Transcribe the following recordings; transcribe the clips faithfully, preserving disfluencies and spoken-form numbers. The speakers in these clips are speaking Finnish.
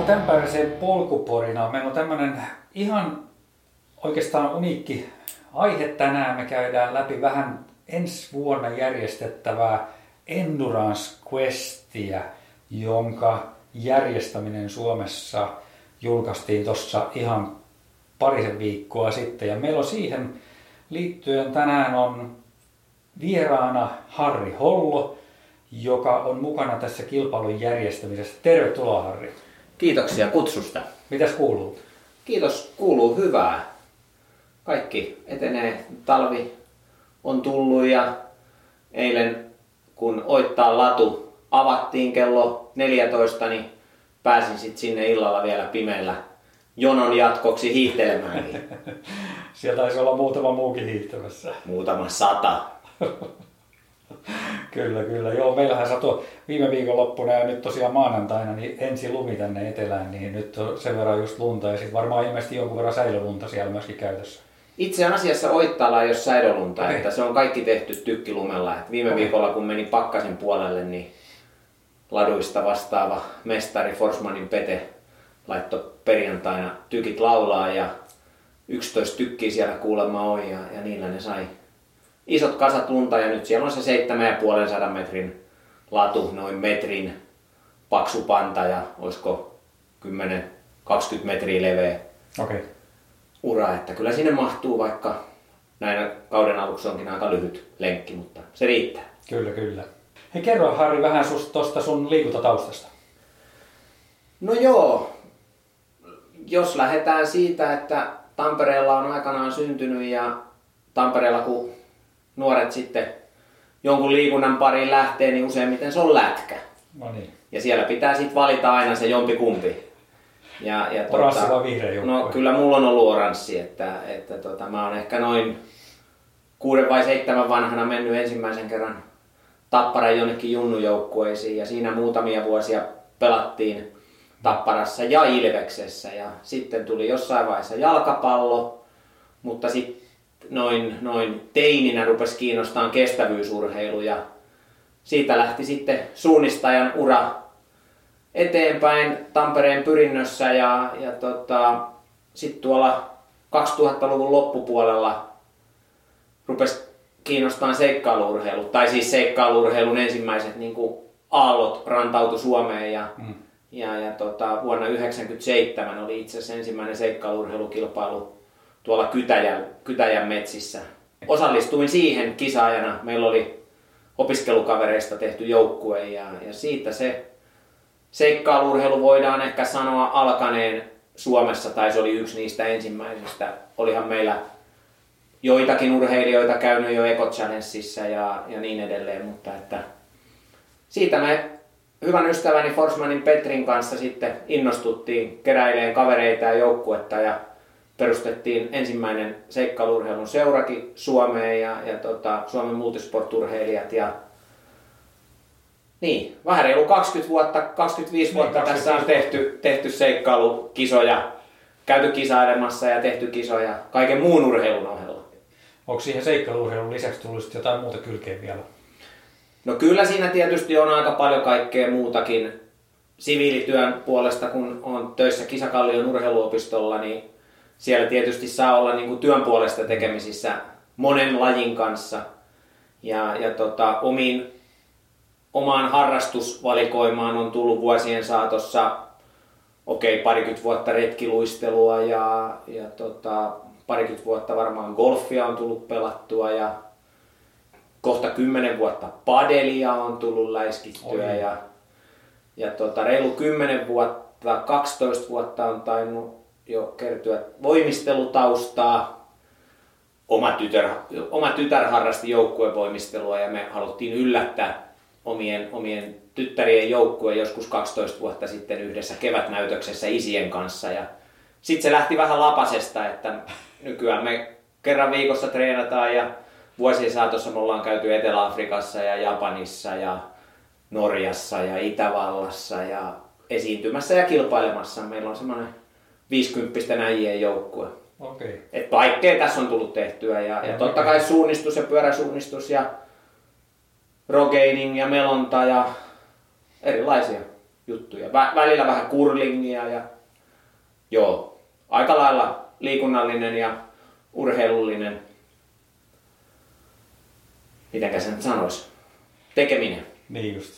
tämpäräiseen polkuporinaan. Meillä on tämmöinen ihan oikeastaan uniikki aihe tänään. Me käydään läpi vähän ensi vuonna järjestettävää Endurance Questia, jonka järjestäminen Suomessa julkaistiin tuossa ihan parisen viikkoa sitten. Ja meillä on siihen liittyen tänään on vieraana Harri Hollo, joka on mukana tässä kilpailun järjestämisessä. Tervetuloa, Harri. Kiitoksia kutsusta. Mitäs kuuluu? Kiitos, kuuluu hyvää. Kaikki etenee, talvi on tullut ja eilen kun Oittaan latu avattiin kello neljätoista, niin pääsin sitten sinne illalla vielä pimeällä jonon jatkoksi hiihtelemäänkin. Siellä taisi olla muutama muukin hiihtämässä. Muutama sata. Kyllä, kyllä. Joo, meillähän satoi viime viikonloppuna ja nyt tosiaan maanantaina niin ensi lumi tänne etelään, niin nyt on sen verran just lunta ja sitten varmaan ilmeisesti jonkun verran säilölunta siellä myöskin käytössä. Itse asiassa Oittaalla ei ole säilölunta, okay. Että se on kaikki tehty tykkilumella. Et viime okay. viikolla kun menin pakkasen puolelle, niin laduista vastaava mestari Forsmanin Pete laittoi perjantaina tykit laulaa ja yksitoista tykkiä siellä kuulemma on ja, ja niillä ne sai isot kasat lunta ja nyt siellä on se seitsemän ja puoli sadan metrin latu, noin metrin paksu panta ja olisiko kymmenen kaksikymmentä metriä leveä okay. ura, että kyllä sinne mahtuu, vaikka näinä kauden aluksi onkin aika lyhyt lenkki, mutta se riittää. Kyllä, kyllä. Hei, kerro Harri vähän tuosta sun liikuntataustasta. No joo, jos lähdetään siitä, että Tampereella on aikanaan syntynyt ja Tampereella kun nuoret sitten jonkun liikunnan pariin lähtee, niin useimmiten se on lätkä. No niin. Ja siellä pitää sitten valita aina se jompikumpi. Ja, ja oranssi tuota, vai vihreä joukkue? No kyllä mulla on ollut oranssi, että, että tota, mä oon ehkä noin kuuden vai seitsemän vanhana mennyt ensimmäisen kerran Tapparan jonnekin junnujoukkueisiin ja siinä muutamia vuosia pelattiin Tapparassa ja Ilveksessä ja sitten tuli jossain vaiheessa jalkapallo, mutta sitten noin, noin teininä rupesi kiinnostamaan kestävyysurheilu ja siitä lähti sitten suunnistajan ura eteenpäin Tampereen Pyrinnössä ja, ja tota, sitten tuolla kaksituhattaluvun loppupuolella rupesi kiinnostamaan seikkailuurheilu, tai siis seikkailuurheilun ensimmäiset niin kuin aallot rantautui Suomeen ja, mm. ja, ja tota, vuonna yhdeksänkymmentäseitsemän oli itse asiassa ensimmäinen seikkailuurheilukilpailu tuolla Kytäjän, Kytäjän metsissä. Osallistuin siihen kisaajana, meillä oli opiskelukavereista tehty joukkue ja, ja siitä se seikkailuurheilu voidaan ehkä sanoa alkaneen Suomessa, tai se oli yksi niistä ensimmäisistä. Olihan meillä joitakin urheilijoita käynyt jo Eco Challengeissa ja, ja niin edelleen, mutta että siitä me hyvän ystäväni Forsmanin Petrin kanssa sitten innostuttiin keräileen kavereita ja joukkuetta ja perustettiin ensimmäinen seikkailuurheilun seurakin Suomeen ja, ja tota, Suomen multisporturheilijat ja niin, vähän reilu kaksikymmentä vuotta, kaksikymmentäviisi vuotta niin, tässä on tehty, tehty seikkailukisoja, käyty kisailemassa ja tehty kisoja kaiken muun urheilun ohella. Onko siihen seikkailuurheilun lisäksi tullut jotain muuta kylkeen vielä? No kyllä siinä tietysti on aika paljon kaikkea muutakin. Siviilityön puolesta, kun on töissä Kisakallion urheiluopistolla, niin siellä tietysti saa olla niin kuin työn puolesta tekemisissä monen lajin kanssa. Ja, ja tota, omiin, omaan harrastusvalikoimaan on tullut vuosien saatossa okei, okay, parikymmentä vuotta retkiluistelua ja, ja tota, parikymmentä vuotta varmaan golfia on tullut pelattua ja kohta kymmenen vuotta padelia on tullut läiskittyä Oi. ja, ja tota, reilu kymmenen vuotta, kaksitoista vuotta on tainnut jo kertyä voimistelutaustaa. Oma tytär, oma tytär harrasti joukkuevoimistelua ja me haluttiin yllättää omien, omien tyttärien joukkue joskus kaksitoista vuotta sitten yhdessä kevätnäytöksessä isien kanssa. Ja sitten se lähti vähän lapasesta, että nykyään me kerran viikossa treenataan ja vuosien saatossa me ollaan käyty Etelä-Afrikassa ja Japanissa ja Norjassa ja Itävallassa ja esiintymässä ja kilpailemassa. Meillä on semmoinen viisikymppisten äijien joukkue. Okay. Et kaikkea tässä on tullut tehtyä ja, ja totta kai suunnistus ja pyöräsuunnistus ja rogaining ja melonta ja erilaisia. juttuja. Vä, välillä vähän curlingia ja joo, aika lailla liikunnallinen ja urheilullinen, mitenkä sen nyt sanois, tekeminen. Niin just.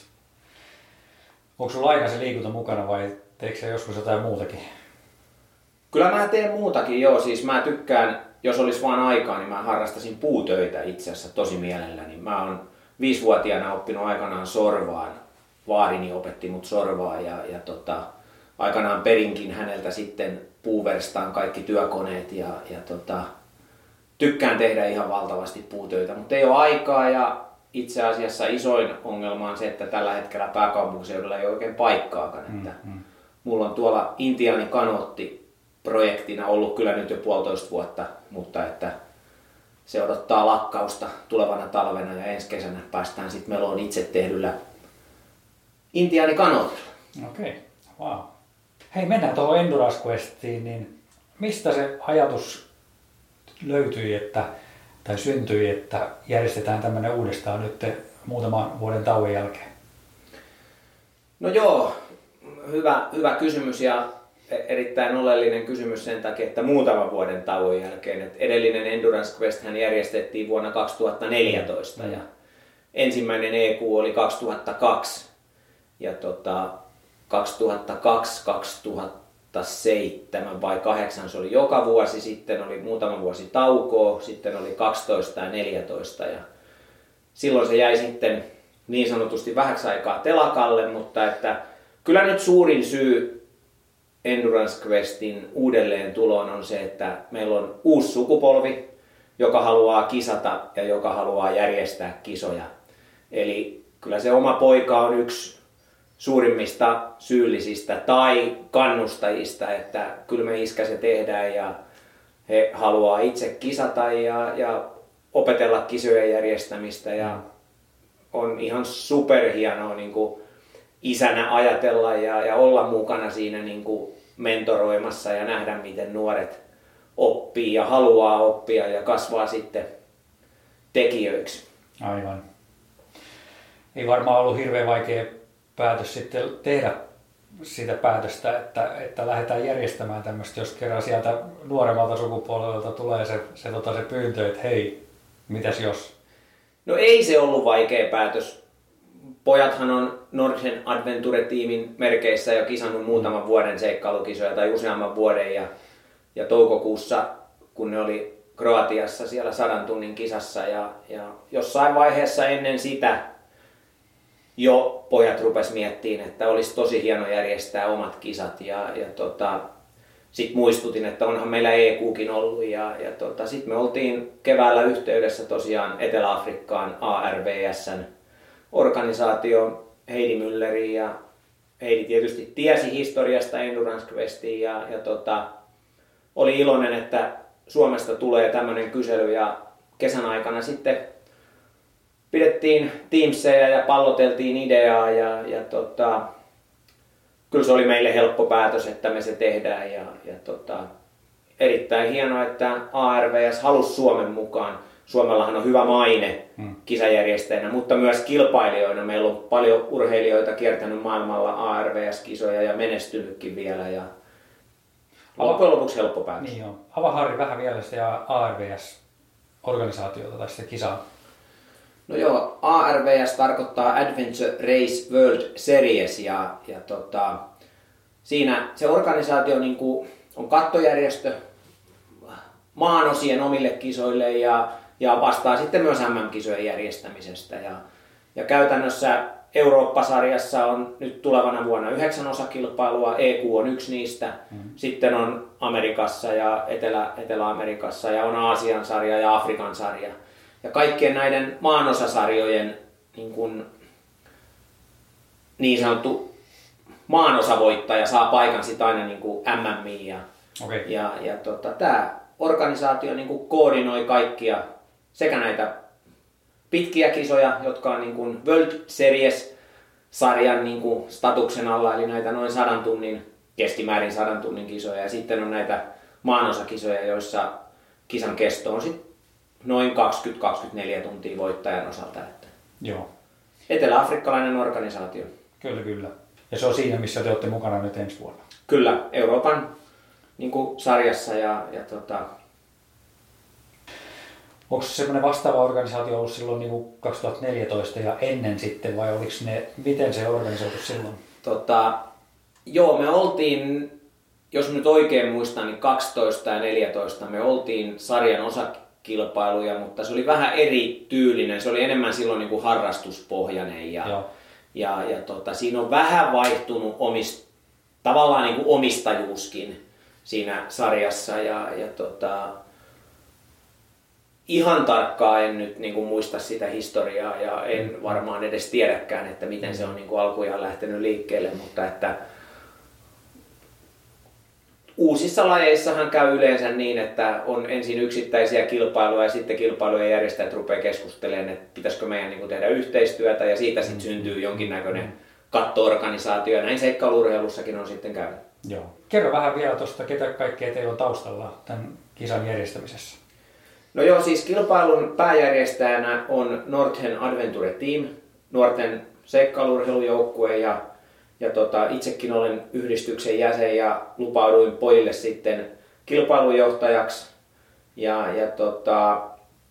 Onko sulla aina se liikunta mukana vai teekö sä joskus jotain muutakin? Kyllä mä teen muutakin, joo. Siis mä tykkään, jos olisi vaan aikaa, niin mä harrastasin puutöitä itse asiassa tosi mielelläni. Mä oon viisivuotiaana oppinut aikanaan sorvaan. Vaarini opetti mut sorvaa ja, ja tota, aikanaan perinkin häneltä sitten puuverstaan kaikki työkoneet ja, ja tota, tykkään tehdä ihan valtavasti puutöitä, mutta ei ole aikaa ja itse asiassa isoin ongelma on se, että tällä hetkellä pääkaupunkiseudulla ei ole oikein paikkaakaan. Mm, että mm. Mulla on tuolla Intiani kanootti projektina ollut kyllä nyt jo puolitoista vuotta, mutta että se odottaa lakkausta tulevana talvena ja ensi kesänä päästään sitten meloon itse tehdyllä Intiani kanootilla. Okei, okay. Wow. Hei, mennään tuohon Endurance Questiin, niin mistä se ajatus löytyi, että, tai syntyi, että järjestetään tämmöinen uudestaan nyt muutaman vuoden tauon jälkeen? No joo, hyvä, hyvä kysymys ja erittäin oleellinen kysymys sen takia, että muutaman vuoden tauon jälkeen. Että edellinen Endurance Quest hän järjestettiin vuonna kaksituhattaneljätoista mm. ja ensimmäinen E Q oli kaksituhattakaksi ja tota, kaksituhattakaksi kaksituhattaseitsemän vai kahdeksan se oli joka vuosi, sitten oli muutama vuosi taukoa, sitten oli kaksitoista ja neljätoista ja silloin se jäi sitten niin sanotusti vähäksi aikaa telakalle, mutta että kyllä nyt suurin syy Endurance Questin uudelleen tuloon on se, että meillä on uusi sukupolvi, joka haluaa kisata ja joka haluaa järjestää kisoja. Eli kyllä se oma poika on yksi suurimmista syyllisistä tai kannustajista, että kyllä me iskä se tehdään ja he haluaa itse kisata ja, ja opetella kisojen järjestämistä ja on ihan superhienoa niin kuin isänä ajatella ja, ja olla mukana siinä niin kuin mentoroimassa ja nähdä miten nuoret oppii ja haluaa oppia ja kasvaa sitten tekijöiksi. Aivan. Ei varmaan ollut hirveän vaikea päätös sitten tehdä sitä päätöstä, että, että lähdetään järjestämään tämmöistä, jos kerran sieltä nuoremmalta sukupolvelta tulee se, se, tota, se pyyntö, että hei, mitäs jos? No ei se ollut vaikea päätös. Pojathan on Northern Adventure-tiimin merkeissä jo kisannut muutaman vuoden seikkailukisoja tai useamman vuoden ja, ja toukokuussa, kun ne oli Kroatiassa siellä sadan tunnin kisassa ja, ja jossain vaiheessa ennen sitä jo pojat rupes miettimään, että olisi tosi hieno järjestää omat kisat ja, ja tota, sitten muistutin, että onhan meillä E Qkin ollut ja, ja tota, sitten me oltiin keväällä yhteydessä tosiaan Etelä-Afrikkaan A R V S:n organisaatio Heidi Mülleriin ja Heidi tietysti tiesi historiasta Endurance Questiin ja, ja tota, oli iloinen, että Suomesta tulee tämmöinen kysely ja kesän aikana sitten pidettiin Teamseja ja palloteltiin ideaa ja, ja tota, kyllä se oli meille helppo päätös, että me se tehdään ja, ja tota, erittäin hienoa, että A R V S halusi Suomen mukaan. Suomellahan on hyvä maine hmm. kisajärjestäjänä, mutta myös kilpailijoina. Meillä on paljon urheilijoita kiertänyt maailmalla A R V S-kisoja ja menestynytkin vielä. Ja loppujen lopuksi helppo päätös. Niin on. Avaa Harri vähän vielä sitä A R V S-organisaatiota tai sitä kisaa. No joo, A R V S tarkoittaa Adventure Race World Series ja, ja tota, siinä se organisaatio niin kuin on kattojärjestö maanosien omille kisoille ja, ja vastaa sitten myös M M-kisojen järjestämisestä. Ja, ja käytännössä Eurooppa-sarjassa on nyt tulevana vuonna yhdeksän osakilpailua, E Q on yksi niistä, mm-hmm. sitten on Amerikassa ja Etelä, Etelä-Amerikassa ja on Aasian sarja ja Afrikan sarja. Ja kaikkien näiden maanosasarjojen niin, kuin, niin sanottu maanosavoittaja saa paikan sitten aina niin kuin M Miin. Ja, okay. ja, ja tota, tämä organisaatio niin kuin koordinoi kaikkia sekä näitä pitkiä kisoja, jotka on niin kuin World Series-sarjan niin kuin statuksen alla, eli näitä noin sadan tunnin, keskimäärin sadan tunnin kisoja. Ja sitten on näitä maanosakisoja, joissa kisan kesto on sitten noin kaksikymmentä kaksikymmentäneljä tuntia voittajan osalta. Että joo. Etelä-afrikkalainen organisaatio. Kyllä, kyllä. Ja se on siinä, missä te olette mukana nyt ensi vuonna. Kyllä, Euroopan niin kuin sarjassa ja, ja tota... Onko se semmoinen vastaava organisaatio ollut silloin niin kuin kaksituhattaneljätoista ja ennen sitten, vai oliko ne, miten se organisoitu silloin? Tota, joo, me oltiin, jos nyt oikein muistan, niin kaksitoista ja neljätoista me oltiin sarjan osakilpailuja, mutta se oli vähän eri tyylinen. Se oli enemmän silloin niin kuin harrastuspohjainen ja, ja, ja tota, siinä on vähän vaihtunut omist, tavallaan niin kuin omistajuuskin siinä sarjassa ja, ja tota, ihan tarkkaan en nyt niin kuin muista sitä historiaa ja en varmaan edes tiedäkään, että miten se on niin kuin alkujaan lähtenyt liikkeelle, mutta että uusissa lajeissahan käy yleensä niin, että on ensin yksittäisiä kilpailuja ja sitten kilpailujen järjestäjät rupeaa keskustelemaan, että pitäisikö meidän niin kuin tehdä yhteistyötä ja siitä sitten syntyy jonkinnäköinen katto-organisaatio ja näin seikkailu-urheilussakin on sitten käynyt. Joo. Kerro vähän vielä tuosta, ketä kaikkea teillä on taustalla tämän kisan järjestämisessä. No joo, siis kilpailun pääjärjestäjänä on Northern Adventure Team, nuorten seikkailu-urheilujoukkue ja, ja tota, itsekin olen yhdistyksen jäsen ja lupauduin pojille sitten kilpailujohtajaksi ja, ja tota,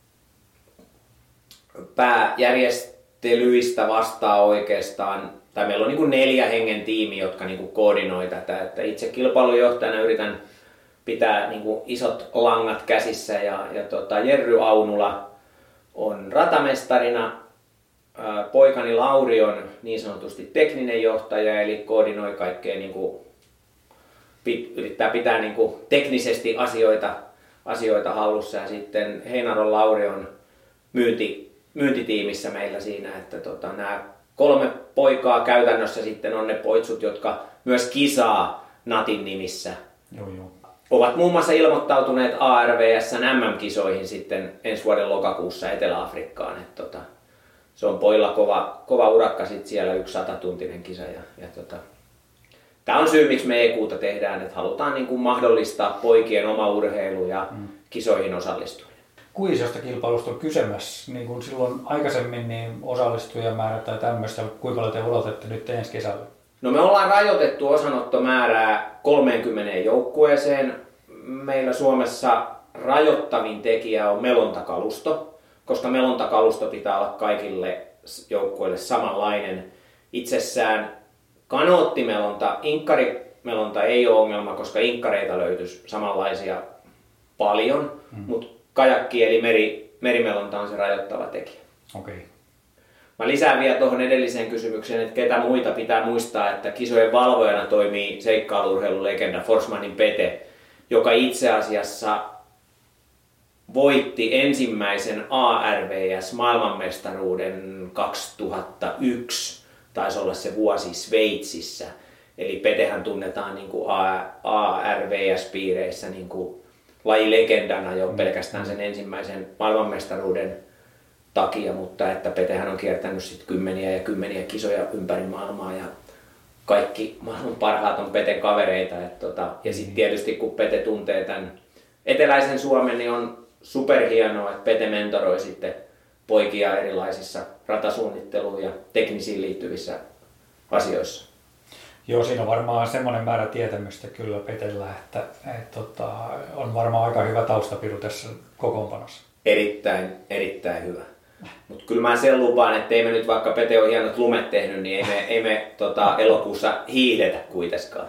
pääjärjestelyistä vastaa oikeastaan, tai meillä on niin kuin neljä hengen tiimi, jotka niin kuin koordinoi tätä, että itse kilpailujohtajana yritän pitää niin kuin isot langat käsissä ja, ja tota, Jerry Aunula on ratamestarina, ää, poikani Lauri on niin sanotusti tekninen johtaja eli koordinoi kaikkea, niin kuin, pit, yrittää pitää niin kuin teknisesti asioita, asioita hallussa ja sitten Heinaron Lauri on myynti, myyntitiimissä meillä siinä, että tota, nämä kolme poikaa käytännössä sitten on ne poitsut, jotka myös kisaa Natin nimissä. Joo, joo. Ovat muun muassa ilmoittautuneet A R V S:n M M-kisoihin sitten ensi vuoden lokakuussa Etelä-Afrikkaan. Et tota, se on pojilla kova, kova urakka sit siellä, yksi satatuntinen kisa. Ja, ja tota, tämä on syy, miksi me E Q:ta tehdään, että halutaan niin kuin mahdollistaa poikien oma urheilu ja mm. kisoihin osallistuminen. Kuinka isosta kilpailusta on kysemässä? Niin kuin silloin aikaisemmin niin osallistujamäärä tai tämmöistä, kuinka paljon te odotatte nyt ensi kesällä? No me ollaan rajoitettu osanottomäärää kolmeenkymmeneen joukkueeseen. Meillä Suomessa rajoittavin tekijä on melontakalusto, koska melontakalusto pitää olla kaikille joukkueille samanlainen. Itsessään kanoottimelonta, inkkarimelonta ei ole ongelma, koska inkkareita löytyisi samanlaisia paljon, mm. mutta kajakki eli meri, merimelonta on se rajoittava tekijä. Okay. Mä lisään vielä tuohon edelliseen kysymykseen, että ketä muita pitää muistaa, että kisojen valvojana toimii seikkailu-urheilulegenda Forsmanin Pete, joka itse asiassa voitti ensimmäisen A R V S-maailmanmestaruuden kaksituhattayksi, taisi olla se vuosi Sveitsissä. Eli Petehän tunnetaan niin kuin A R V S-piireissä niin kuin lajilegendana jo pelkästään sen ensimmäisen maailmanmestaruuden takia, mutta että Petehän on kiertänyt sit kymmeniä ja kymmeniä kisoja ympäri maailmaa ja kaikki maailman parhaat on Peten kavereita. Et tota, ja sitten tietysti kun Pete tuntee tämän eteläisen Suomen, niin on superhienoa, että Pete mentoroi sitten poikia erilaisissa ratasuunnitteluun ja teknisiin liittyvissä asioissa. Joo, siinä on varmaan semmoinen määrä tietämystä kyllä Petellä, että et, tota, on varmaan aika hyvä taustapiru tässä kokoonpanossa. Erittäin, erittäin hyvä. Mutta kyllä mä sen lupaan, että ei me nyt vaikka Pete on hienot lumet tehnyt, niin ei me, ei me tota, elokuussa hiihdetä kuitenkaan.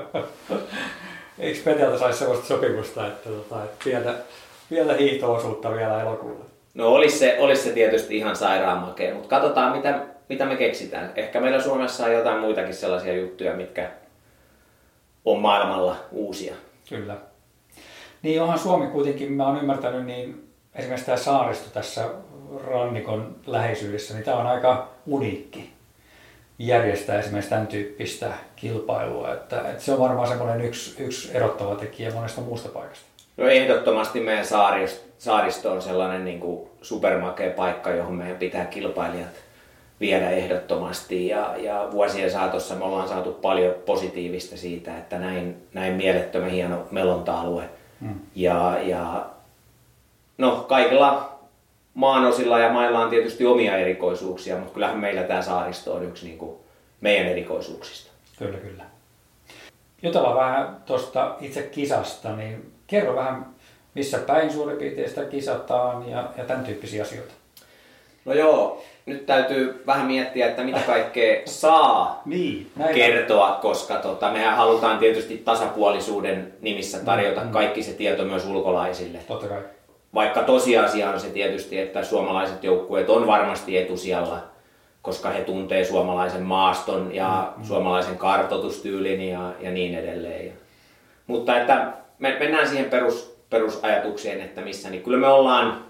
Eikö Peteltä saisi sellaista sopimusta, että, tota, että pientä, pientä hiihto-osuutta vielä elokuulle? No olisi se, olisi se tietysti ihan sairaan makea, mutta katsotaan mitä, mitä me keksitään. Ehkä meillä Suomessa on jotain muitakin sellaisia juttuja, mitkä on maailmalla uusia. Kyllä. Niin onhan Suomi kuitenkin, mä oon ymmärtänyt, niin esimerkiksi tämä saaristo tässä rannikon läheisyydessä, niin tämä on aika uniikki järjestää esimerkiksi tämän tyyppistä kilpailua. Että, että se on varmaan semmoinen yksi, yksi erottava tekijä monesta muusta paikasta. No ehdottomasti meidän saaristo on sellainen niin kuin supermakea paikka, johon meidän pitää kilpailijat viedä ehdottomasti. Ja, ja vuosien saatossa me ollaan saatu paljon positiivista siitä, että näin, näin mielettömän hieno melonta-alue. Hmm. Ja, ja no kaikilla maanosilla ja mailla on tietysti omia erikoisuuksia, mutta kyllähän meillä tämä saaristo on yksi niin kuin meidän erikoisuuksista. Kyllä, kyllä. Jutellaan vähän tuosta itse kisasta, niin kerro vähän, missä päin suurin piirtein sitä kisataan ja, ja tämän tyyppisiä asioita. No joo, nyt täytyy vähän miettiä, että mitä kaikkea saa niin, kertoa, koska tota, mehän halutaan tietysti tasapuolisuuden nimissä tarjota mm, kaikki se tieto myös ulkolaisille. Totta kai. Vaikka tosiasia on se tietysti, että suomalaiset joukkueet on varmasti etusijalla, koska he tuntee suomalaisen maaston ja mm, suomalaisen kartoitustyylin ja, ja niin edelleen. Ja, mutta että me mennään siihen perus, perusajatukseen, että missä, niin kyllä me ollaan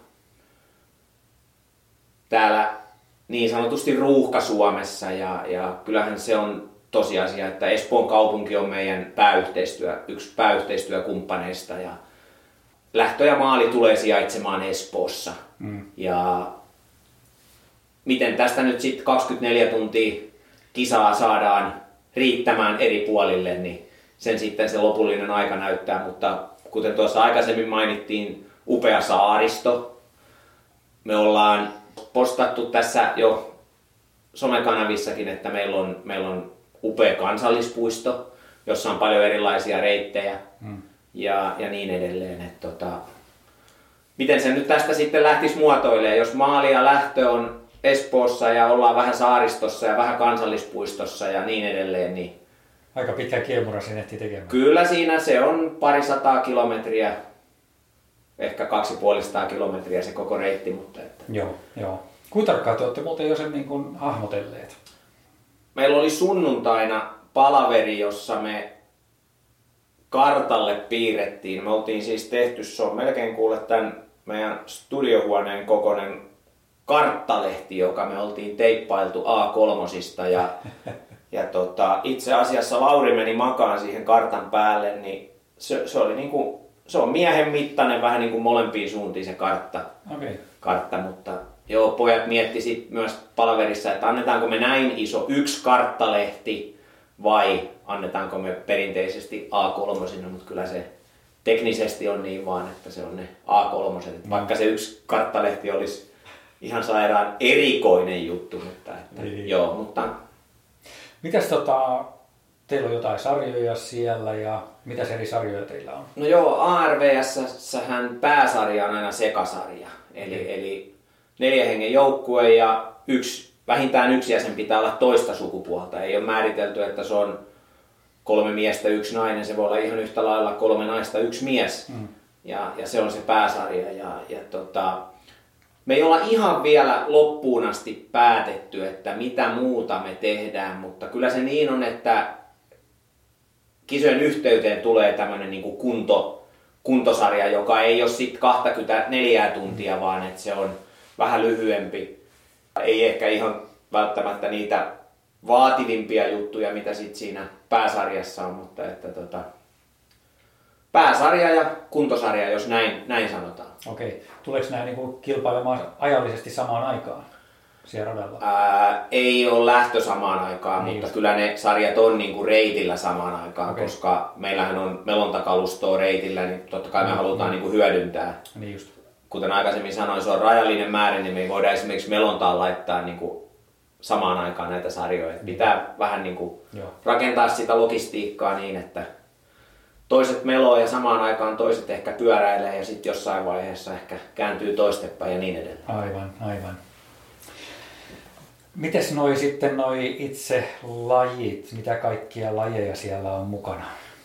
täällä niin sanotusti Ruuhka-Suomessa ja, ja kyllähän se on tosiasia, että Espoon kaupunki on meidän pääyhteistyö, yksi pääyhteistyökumppaneista ja lähtö ja maali tulee sijaitsemaan Espoossa. Mm. Ja miten tästä nyt sitten kaksikymmentäneljä tuntia kisaa saadaan riittämään eri puolille, niin sen sitten se lopullinen aika näyttää, mutta kuten tuossa aikaisemmin mainittiin, upea saaristo. Me ollaan postattu tässä jo somekanavissakin, että meillä on, meillä on upea kansallispuisto, jossa on paljon erilaisia reittejä mm. ja, ja niin edelleen. Et tota, miten se nyt tästä sitten lähtisi muotoilemaan, jos maali ja lähtö on Espoossa ja ollaan vähän saaristossa ja vähän kansallispuistossa ja niin edelleen. Niin aika pitkä kiemura sinne ehtii tekemään. Kyllä siinä se on pari sataa kilometriä, ehkä kaksipuolisataa kilometriä se koko reitti. Mutta että. Joo, joo. Kuinka tarkkaan te olette muuten jo sen niin kuin hahmotelleet? Meillä oli sunnuntaina palaveri, jossa me kartalle piirrettiin. Me oltiin siis tehty, se on melkein kuule tämän meidän studiohuoneen kokoinen karttalehti, joka me oltiin teippailtu A kolmosista ja, ja tota, itse asiassa Lauri meni makaan siihen kartan päälle, niin se, se oli niinku, se on miehen mittainen vähän niin kuin molempiin suuntiin se kartta, okay. kartta mutta joo, pojat mietti sit myös palaverissa, että annetaanko me näin iso yksi karttalehti vai annetaanko me perinteisesti A kolme, mutta kyllä se teknisesti on niin vaan, että se on ne A kolme, mm. vaikka se yksi karttalehti olisi ihan sairaan erikoinen juttu, mutta että, niin. joo, mutta mitäs tota, teillä on jotain sarjoja siellä ja mitäs eri sarjoja teillä on? No joo, A R V S:ssähän pääsarja on aina sekasarja, eli, okay. eli neljä hengen joukkue ja yksi, vähintään yksi jäsen pitää olla toista sukupuolta. Ei ole määritelty, että se on kolme miestä, yksi nainen, se voi olla ihan yhtä lailla kolme naista, yksi mies. Mm. Ja, ja se on se pääsarja. Ja, ja tota, me ei olla ihan vielä loppuun asti päätetty, että mitä muuta me tehdään, mutta kyllä se niin on, että kisojen yhteyteen tulee tämmöinen niin kuin kunto, kuntosarja, joka ei ole sitten kaksikymmentäneljä tuntia, vaan että se on vähän lyhyempi. Ei ehkä ihan välttämättä niitä vaativimpia juttuja, mitä sit siinä pääsarjassa on, mutta että tota, pääsarja ja kuntosarja, jos näin, näin sanotaan. Okei. Tuleeko nämä niinku kilpailemaan ajallisesti samaan aikaan siellä radalla? Ää, ei ole lähtö samaan aikaan, niin mutta just. Kyllä ne sarjat on niinku reitillä samaan aikaan, okay. koska meillähän on melontakalustoa reitillä, niin totta kai me mm, halutaan mm. niinku hyödyntää. Niin just. Kuten aikaisemmin sanoin, se on rajallinen määrä, niin me ei voida esimerkiksi melontaan laittaa niinku samaan aikaan näitä sarjoja. Mm. Pitää vähän niinku rakentaa sitä logistiikkaa niin, että toiset meloo ja samaan aikaan toiset ehkä pyöräilee ja sitten jossain vaiheessa ehkä kääntyy toistepäin ja niin edelleen. Aivan, aivan. Mites noi sitten noi itse lajit, mitä kaikkia lajeja siellä on mukana?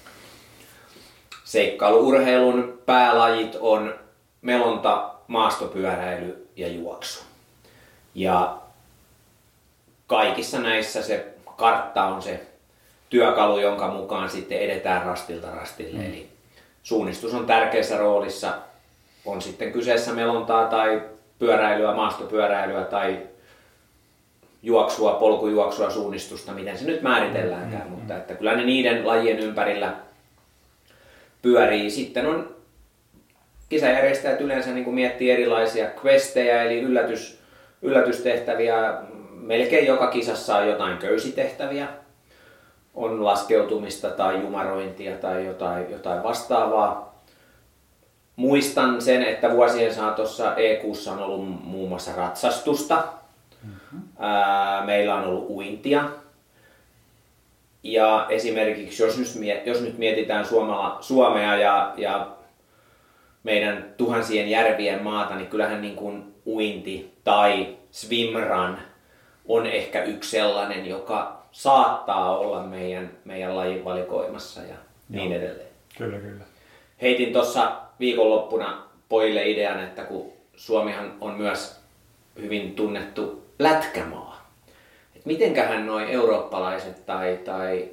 Seikkailuurheilun päälajit on melonta, maastopyöräily ja juoksu. Ja kaikissa näissä se kartta on se työkalu, jonka mukaan sitten edetään rastilta rastille. Mm. Eli suunnistus on tärkeässä roolissa. On sitten kyseessä melontaa tai pyöräilyä, maastopyöräilyä tai juoksua, polkujuoksua, suunnistusta, miten se nyt määritelläänkään. Mm. Mutta että kyllä ne niiden lajien ympärillä pyörii. Sitten on kisajärjestäjät yleensä niin kuin miettii erilaisia questejä, eli yllätys, yllätystehtäviä. Melkein joka kisassa on jotain köysitehtäviä. On laskeutumista tai jumarointia tai jotain, jotain vastaavaa. Muistan sen, että vuosien saatossa E Q:ssa on ollut muun muassa ratsastusta. Mm-hmm. Ää, meillä on ollut uintia. Ja esimerkiksi jos nyt, jos nyt mietitään Suomella, Suomea ja, ja meidän tuhansien järvien maata, niin kyllähän niin kuin uinti tai swimrun on ehkä yksi sellainen, joka saattaa olla meidän, meidän lajin valikoimassa ja niin Joo. edelleen. Kyllä, kyllä. Heitin tuossa viikonloppuna pojille idean, että kun Suomihan on myös hyvin tunnettu lätkämaa, että mitenköhän nuo eurooppalaiset tai, tai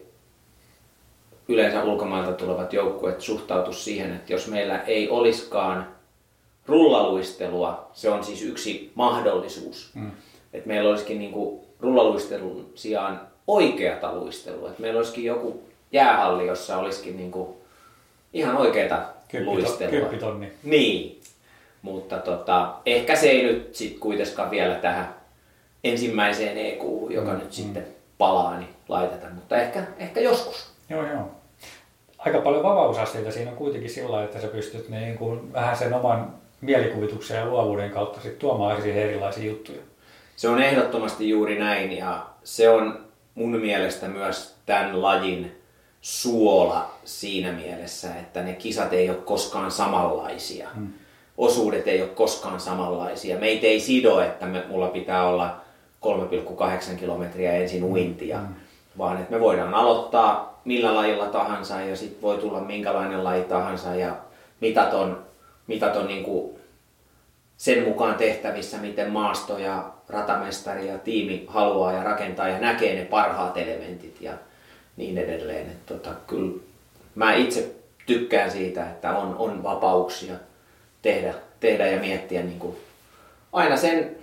yleensä ulkomailta tulevat joukkueet suhtautuisi siihen, että jos meillä ei olisikaan rullaluistelua, se on siis yksi mahdollisuus, mm. että meillä olisikin niinku rullaluistelun sijaan oikeata luistelua, että meillä olisikin joku jäähalli, jossa olisikin niinku ihan oikeata luistelua. Kymppitonni. Niin, mutta tota, ehkä se ei nyt sit kuitenkaan vielä tähän ensimmäiseen E Q:hun, joka mm. nyt mm. sitten palaa, niin laiteta, mutta ehkä, ehkä joskus. Joo, joo. Aika paljon vapausasteita siinä on kuitenkin sillä, että sä pystyt niin kuin vähän sen oman mielikuvituksen ja luovuuden kautta sit tuomaan siihen erilaisia juttuja. Se on ehdottomasti juuri näin ja se on mun mielestä myös tämän lajin suola siinä mielessä, että ne kisat ei ole koskaan samanlaisia. Hmm. Osuudet ei ole koskaan samanlaisia. Meitä ei sido, että me, mulla pitää olla kolme pilkku kahdeksan kilometriä ensin uintia, hmm. vaan että me voidaan aloittaa millä lajilla tahansa ja sitten voi tulla minkälainen laji tahansa ja mitat on, mitat on niin kuin sen mukaan tehtävissä, miten maasto ja ratamestari ja tiimi haluaa ja rakentaa ja näkee ne parhaat elementit ja niin edelleen. Että tota, kyllä mä itse tykkään siitä, että on, on vapauksia tehdä, tehdä ja miettiä niin kuin aina sen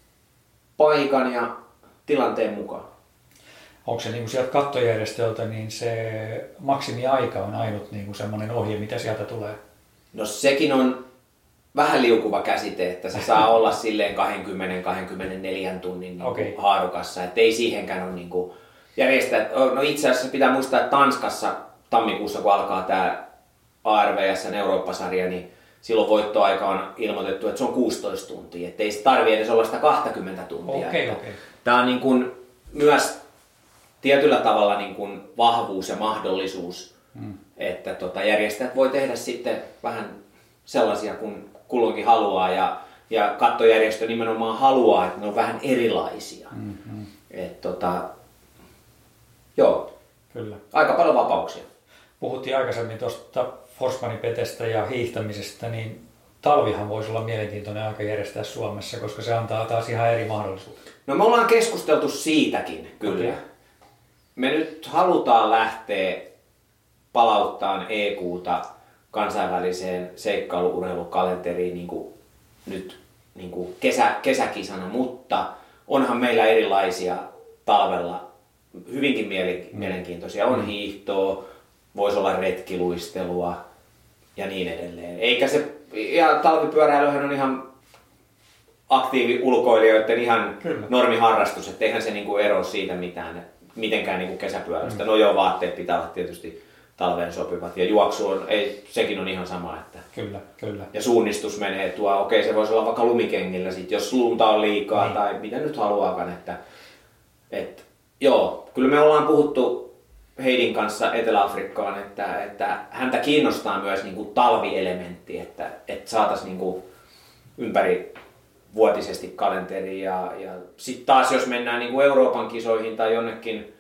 paikan ja tilanteen mukaan. Onko se niin kuin sieltä kattojärjestöltä, niin se maksimiaika on ainut niin kuin semmoinen ohje, mitä sieltä tulee? No sekin on vähän liukuva käsite, että se saa olla silleen kaksikymmentä kaksikymmentäneljä tunnin niin okay. haarukassa, että ei siihenkään ole niin kuin järjestää. No itse asiassa pitää muistaa, että Tanskassa tammikuussa, kun alkaa tämä A R V S:n Eurooppa-sarja, niin silloin voittoaika on ilmoitettu, että se on kuusitoista tuntia, että ei se tarvitse edes olla sitä kaksikymmentä tuntia. Okay, okay. Tämä on niin kuin myös tietyllä tavalla niin kuin vahvuus ja mahdollisuus, hmm. että tota, järjestäjät voi tehdä sitten vähän sellaisia kuin kulloinkin haluaa ja, ja kattojärjestö nimenomaan haluaa, että ne on vähän erilaisia. Hmm. Et, tota, joo, Kyllä. aika paljon vapauksia. Puhuttiin aikaisemmin tuosta Forsmanipetestä ja hiihtämisestä, niin talvihan voisi olla mielenkiintoinen aika järjestää Suomessa, koska se antaa taas ihan eri mahdollisuuksia. No me ollaan keskusteltu siitäkin, kyllä. Okay. Me nyt halutaan lähteä palauttaan E Q:ta kansainväliseen seikkailu-urheilukalenteriin niin kuin nyt niin kuin kesä, kesäkisana, mutta onhan meillä erilaisia talvella hyvinkin mielenkiintoisia. On hiihtoa, voisi olla retkiluistelua ja niin edelleen. Eikä se, ja talvipyöräilyhän on ihan aktiivi-ulkoilijoiden ihan Kyllä. normiharrastus, että eihän se niinku ero siitä mitään, mitenkään niinku kesäpyöräilystä. Mm. No joo, vaatteet pitää olla tietysti talveen sopivat ja juoksu on, ei, sekin on ihan sama. Että kyllä, kyllä. Ja suunnistus menee tuo, okei se voisi olla vaikka lumikengillä sit, jos lunta on liikaa niin. tai mitä nyt haluaakaan. Että, et, joo, kyllä me ollaan puhuttu Heidin kanssa Etelä-Afrikkaan, että, että häntä kiinnostaa myös niinku talvielementti, että, että saataisiin niinku ympäri vuotisesti kalenteri ja, ja sitten taas jos mennään niinku Euroopan kisoihin tai jonnekin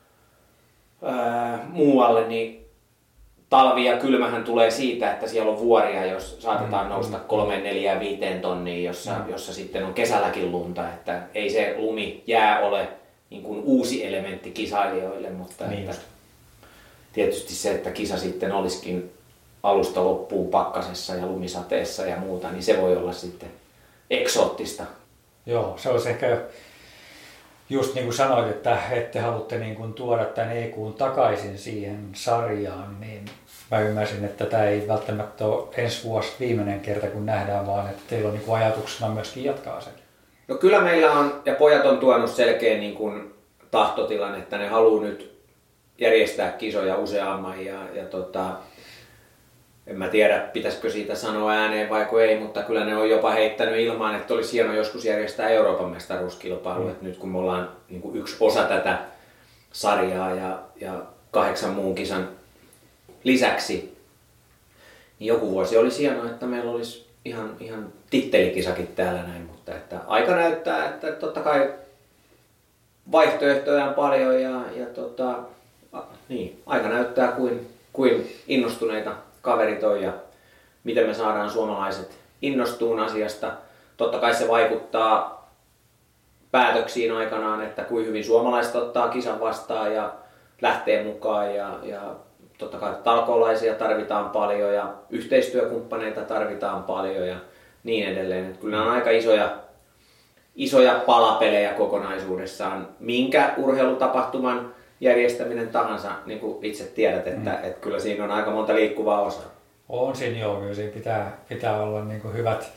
ää, muualle, niin talvi ja kylmähän tulee siitä, että siellä on vuoria, jos saatetaan nousta kolmeen, neljään, viiteen tonniin, jossa, mm. jossa sitten on kesälläkin lunta, että ei se lumi jää ole niin kuin uusi elementti kisailijoille, mutta niin että tietysti se, että kisa sitten olisikin alusta loppuun pakkasessa ja lumisateessa ja muuta, niin se voi olla sitten eksoottista. Joo, se olisi ehkä just niin kuin sanoit, että ette haluatte niin kuin tuoda tämän E Q:n takaisin siihen sarjaan, niin mä ymmärsin, että tämä ei välttämättä ole ensi vuosi viimeinen kerta kun nähdään, vaan että teillä on niin kuin ajatuksena myöskin jatkaa sen. No kyllä meillä on, ja pojat on tuonut selkeän niin kuin tahtotilan, että ne haluaa nyt järjestää kisoja useamman ja, ja tota, en mä tiedä, pitäisikö siitä sanoa ääneen vai ei, mutta kyllä ne on jopa heittänyt ilmaan, että olisi hieno joskus järjestää Euroopan mestaruuskilpailu. Mm. Nyt kun me ollaan niin kuin yksi osa tätä sarjaa ja, ja kahdeksan muun kisan lisäksi. Niin joku vuosi olisi hienoa, että meillä olisi ihan, ihan tittelikisakin täällä näin, mutta että aika näyttää, että totta kai vaihtoehtoja on paljon ja, ja tota, a, niin, aika näyttää kuin, kuin innostuneita kaverit on ja miten me saadaan suomalaiset innostuun asiasta. Totta kai se vaikuttaa päätöksiin aikanaan, että kuin hyvin suomalaiset ottaa kisan vastaan ja lähtee mukaan ja, ja totta kai talkoolaisia tarvitaan paljon ja yhteistyökumppaneita tarvitaan paljon ja niin edelleen. Että kyllä nämä on aika isoja, isoja palapelejä kokonaisuudessaan. Minkä urheilutapahtuman järjestäminen tahansa, niin kuin itse tiedät, että, mm. että kyllä siinä on aika monta liikkuvaa osaa. On siinä joo, kyllä siinä pitää, pitää olla niin kuin hyvät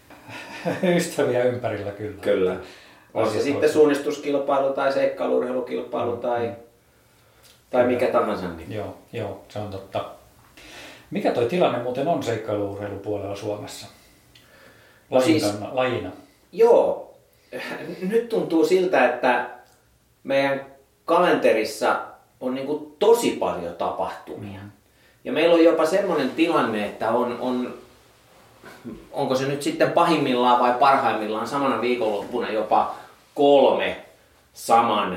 ystäviä ympärillä kyllä. Kyllä. On se sitten suunnistuskilpailu tai seikkailu-urheilukilpailu mm. tai, tai mikä tahansa. Niin. Joo, joo, se on totta. Mikä toi tilanne muuten on seikkailu-urheilupuolella Suomessa? Lajina, no siis, lajina. Joo, nyt tuntuu siltä, että meidän kalenterissa on niin kuin tosi paljon tapahtumia. Mm. Ja meillä on jopa semmoinen tilanne, että on, on, onko se nyt sitten pahimmillaan vai parhaimmillaan samana viikonloppuna jopa kolme saman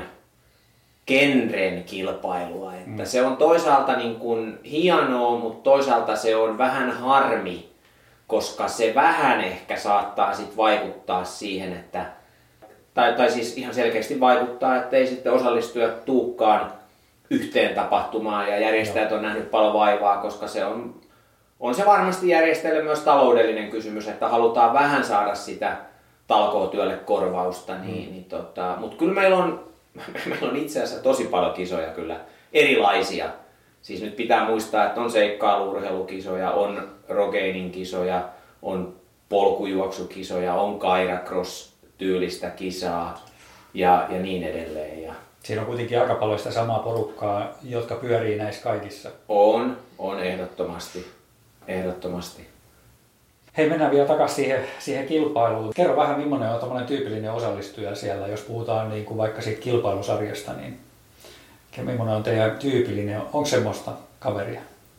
genren kilpailua. Että mm. se on toisaalta niin kuin hienoa, mutta toisaalta se on vähän harmi, koska se vähän ehkä saattaa sit vaikuttaa siihen, että tai, tai siis ihan selkeästi vaikuttaa, että ei sitten osallistujat tuukkaan yhteen tapahtumaan ja järjestäjät on nähnyt paljon vaivaa, koska se on, on se varmasti järjestäjille myös taloudellinen kysymys, että halutaan vähän saada sitä talkootyölle korvausta, niin, mm. niin tota, mutta kyllä meillä on, meillä on itse asiassa tosi paljon kisoja kyllä, erilaisia. Siis nyt pitää muistaa, että on seikkailu-urheilukisoja, on Rogainin kisoja, on polkujuoksukisoja, on Kairacross-tyylistä kisaa ja, ja niin edelleen. Ja siinä on kuitenkin aika paljon sitä samaa porukkaa, jotka pyörii näissä kaikissa. On, on ehdottomasti. ehdottomasti. Hei, mennään vielä takaisin siihen, siihen kilpailuun. Kerro vähän, millainen on tämmöinen tyypillinen osallistuja siellä, jos puhutaan niin kuin vaikka siitä kilpailusarjasta, niin millainen on teidän tyypillinen, onko semmoista kaveria?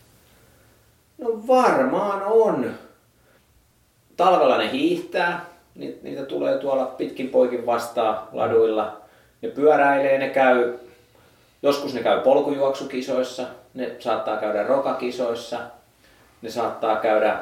No varmaan on. Talvella ne hiihtää, niitä tulee tuolla pitkin poikin vastaan laduilla. Ne pyöräilee, ne käy, joskus ne käy polkujuoksukisoissa, ne saattaa käydä rokakisoissa, ne saattaa käydä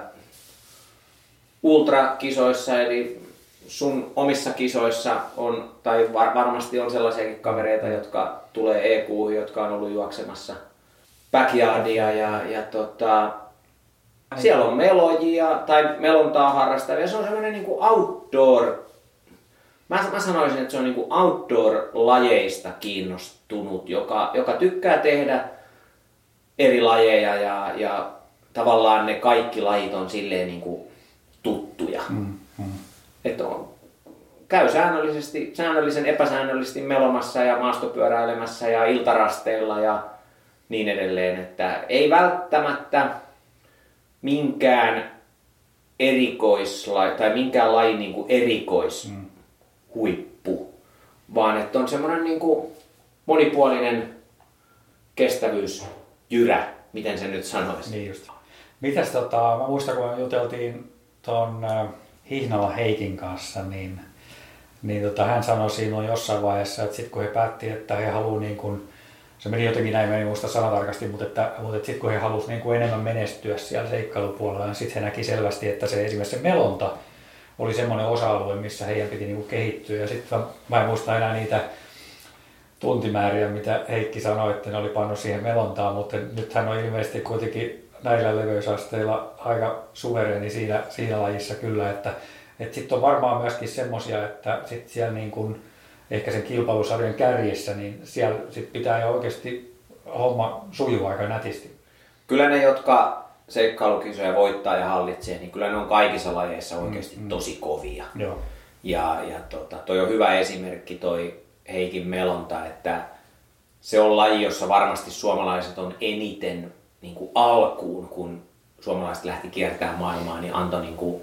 ultrakisoissa, eli sun omissa kisoissa on, tai var, varmasti on sellaisiakin kavereita, jotka tulee E Q:hun, jotka on ollut juoksemassa backyardia ja, ja tota, siellä on melojia tai melontaa harrastavia. Se on sellainen niin kuin outdoor, mä, mä sanoisin, että se on niin kuin outdoor-lajeista kiinnostunut, joka, joka tykkää tehdä eri lajeja ja, ja tavallaan ne kaikki lajit on silleen niin kuin tuttuja. Mm, mm. Että on, käy säännöllisesti, säännöllisen epäsäännöllisesti melomassa ja maastopyöräilemässä ja iltarasteilla ja niin edelleen. Että ei välttämättä minkään erikoislai tai minkään lajin niin kuin erikoishuippu, vaan että on semmoinen niin kuin monipuolinen kestävyysjyrä, miten se nyt sanoisi. Niin just. Mitäs tota, mä muistan kun juteltiin ton äh, Hihnala Heikin kanssa, niin, niin tota, hän sanoi siinä jossain vaiheessa, että sit kun he päätti, että he haluaa niin kuin, se meni jotenkin näin, mä en muista sanatarkasti, mutta, että, mutta että sitten kun he halusivat niin kuin enemmän menestyä siellä seikkailupuolella, niin sitten he näki selvästi, että se esimerkiksi se melonta oli semmoinen osa-alue, missä heidän piti niin kuin kehittyä. Ja sitten mä en muista enää niitä tuntimääriä, mitä Heikki sanoi, että ne oli pannut siihen melontaan, mutta nyt hän on ilmeisesti kuitenkin näillä leveysasteilla aika suvereeni siinä, siinä lajissa kyllä, että, että sitten on varmaan myöskin semmoisia, että sitten siellä niin kuin ehkä sen kilpailusarjan kärjessä, niin siellä sit pitää jo oikeasti homma sujua aika nätisti. Kyllä ne, jotka seikkailukisoja voittaa ja hallitsee, niin kyllä ne on kaikissa lajeissa oikeasti mm, tosi kovia. Joo. Ja, ja tota, toi on hyvä esimerkki toi Heikin melonta, että se on laji, jossa varmasti suomalaiset on eniten niin kuin alkuun, kun suomalaiset lähti kiertämään maailmaa, niin antoi niin kuin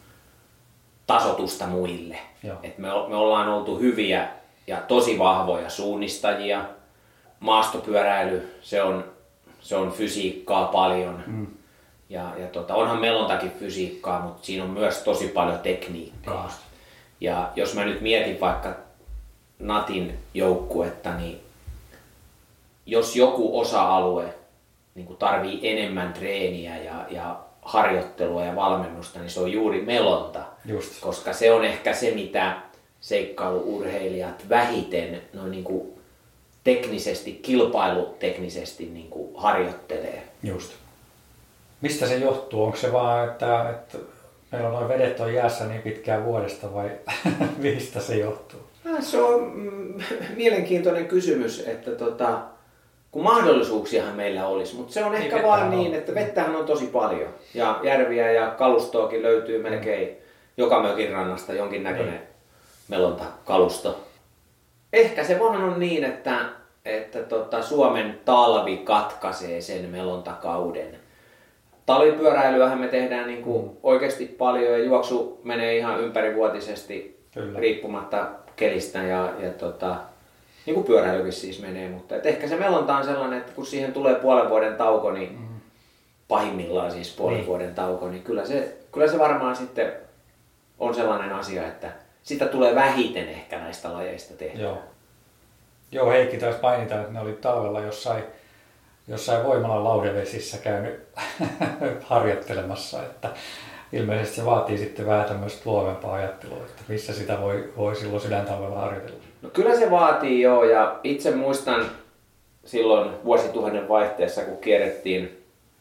tasotusta muille. Et me, me ollaan oltu hyviä ja tosi vahvoja suunnistajia. maastopyöräily, se on, se on fysiikkaa paljon. Mm. Ja, ja tota, onhan melontakin fysiikkaa, mutta siinä on myös tosi paljon tekniikkaa. Just. Ja jos mä nyt mietin vaikka Natin joukkuetta, niin jos joku osa-alue niin tarvii enemmän treeniä ja, ja harjoittelua ja valmennusta, niin se on juuri melonta. Just. Koska se on ehkä se, mitä seikkailuurheilijat vähiten noin niin kuin teknisesti, kilpailuteknisesti niin kuin harjoittelee. Just. Mistä se johtuu? Onko se vaan, että, että meillä on noin vedet on jäässä niin pitkään vuodesta vai mistä se johtuu? Se on mm, mielenkiintoinen kysymys, että tota, kun mahdollisuuksiahan meillä olisi, mutta se on niin ehkä vaan niin, että vettähän on tosi paljon ja järviä ja kalustoakin löytyy melkein mm. joka mökin rannasta jonkinnäköinen niin. melontakalusto. Ehkä se vaan on niin, että, että tota, Suomen talvi katkaisee sen melontakauden. Talvipyöräilyähän me tehdään niin kuin mm. oikeasti paljon ja juoksu menee ihan ympärivuotisesti Kyllä. riippumatta kelistä ja, ja tota, niin kuin pyöräilykin siis menee. Mutta et ehkä se melonta on sellainen, että kun siihen tulee puolen vuoden tauko, niin mm. pahimmillaan siis puolen niin. vuoden tauko, niin kyllä se, kyllä se varmaan sitten on sellainen asia, että sitä tulee vähiten ehkä näistä lajeista tehdä. Joo, Joo Heikki taisi mainita, että ne oli talvella jossain jossain voimalan laudevesissä käynyt harjoittelemassa, että ilmeisesti se vaatii sitten vähän tämmöistä luovempaa ajattelua, että missä sitä voi, voi silloin sydäntalvella harjoitella. No kyllä se vaatii joo, ja itse muistan silloin vuosituhannen vaihteessa, kun kierrettiin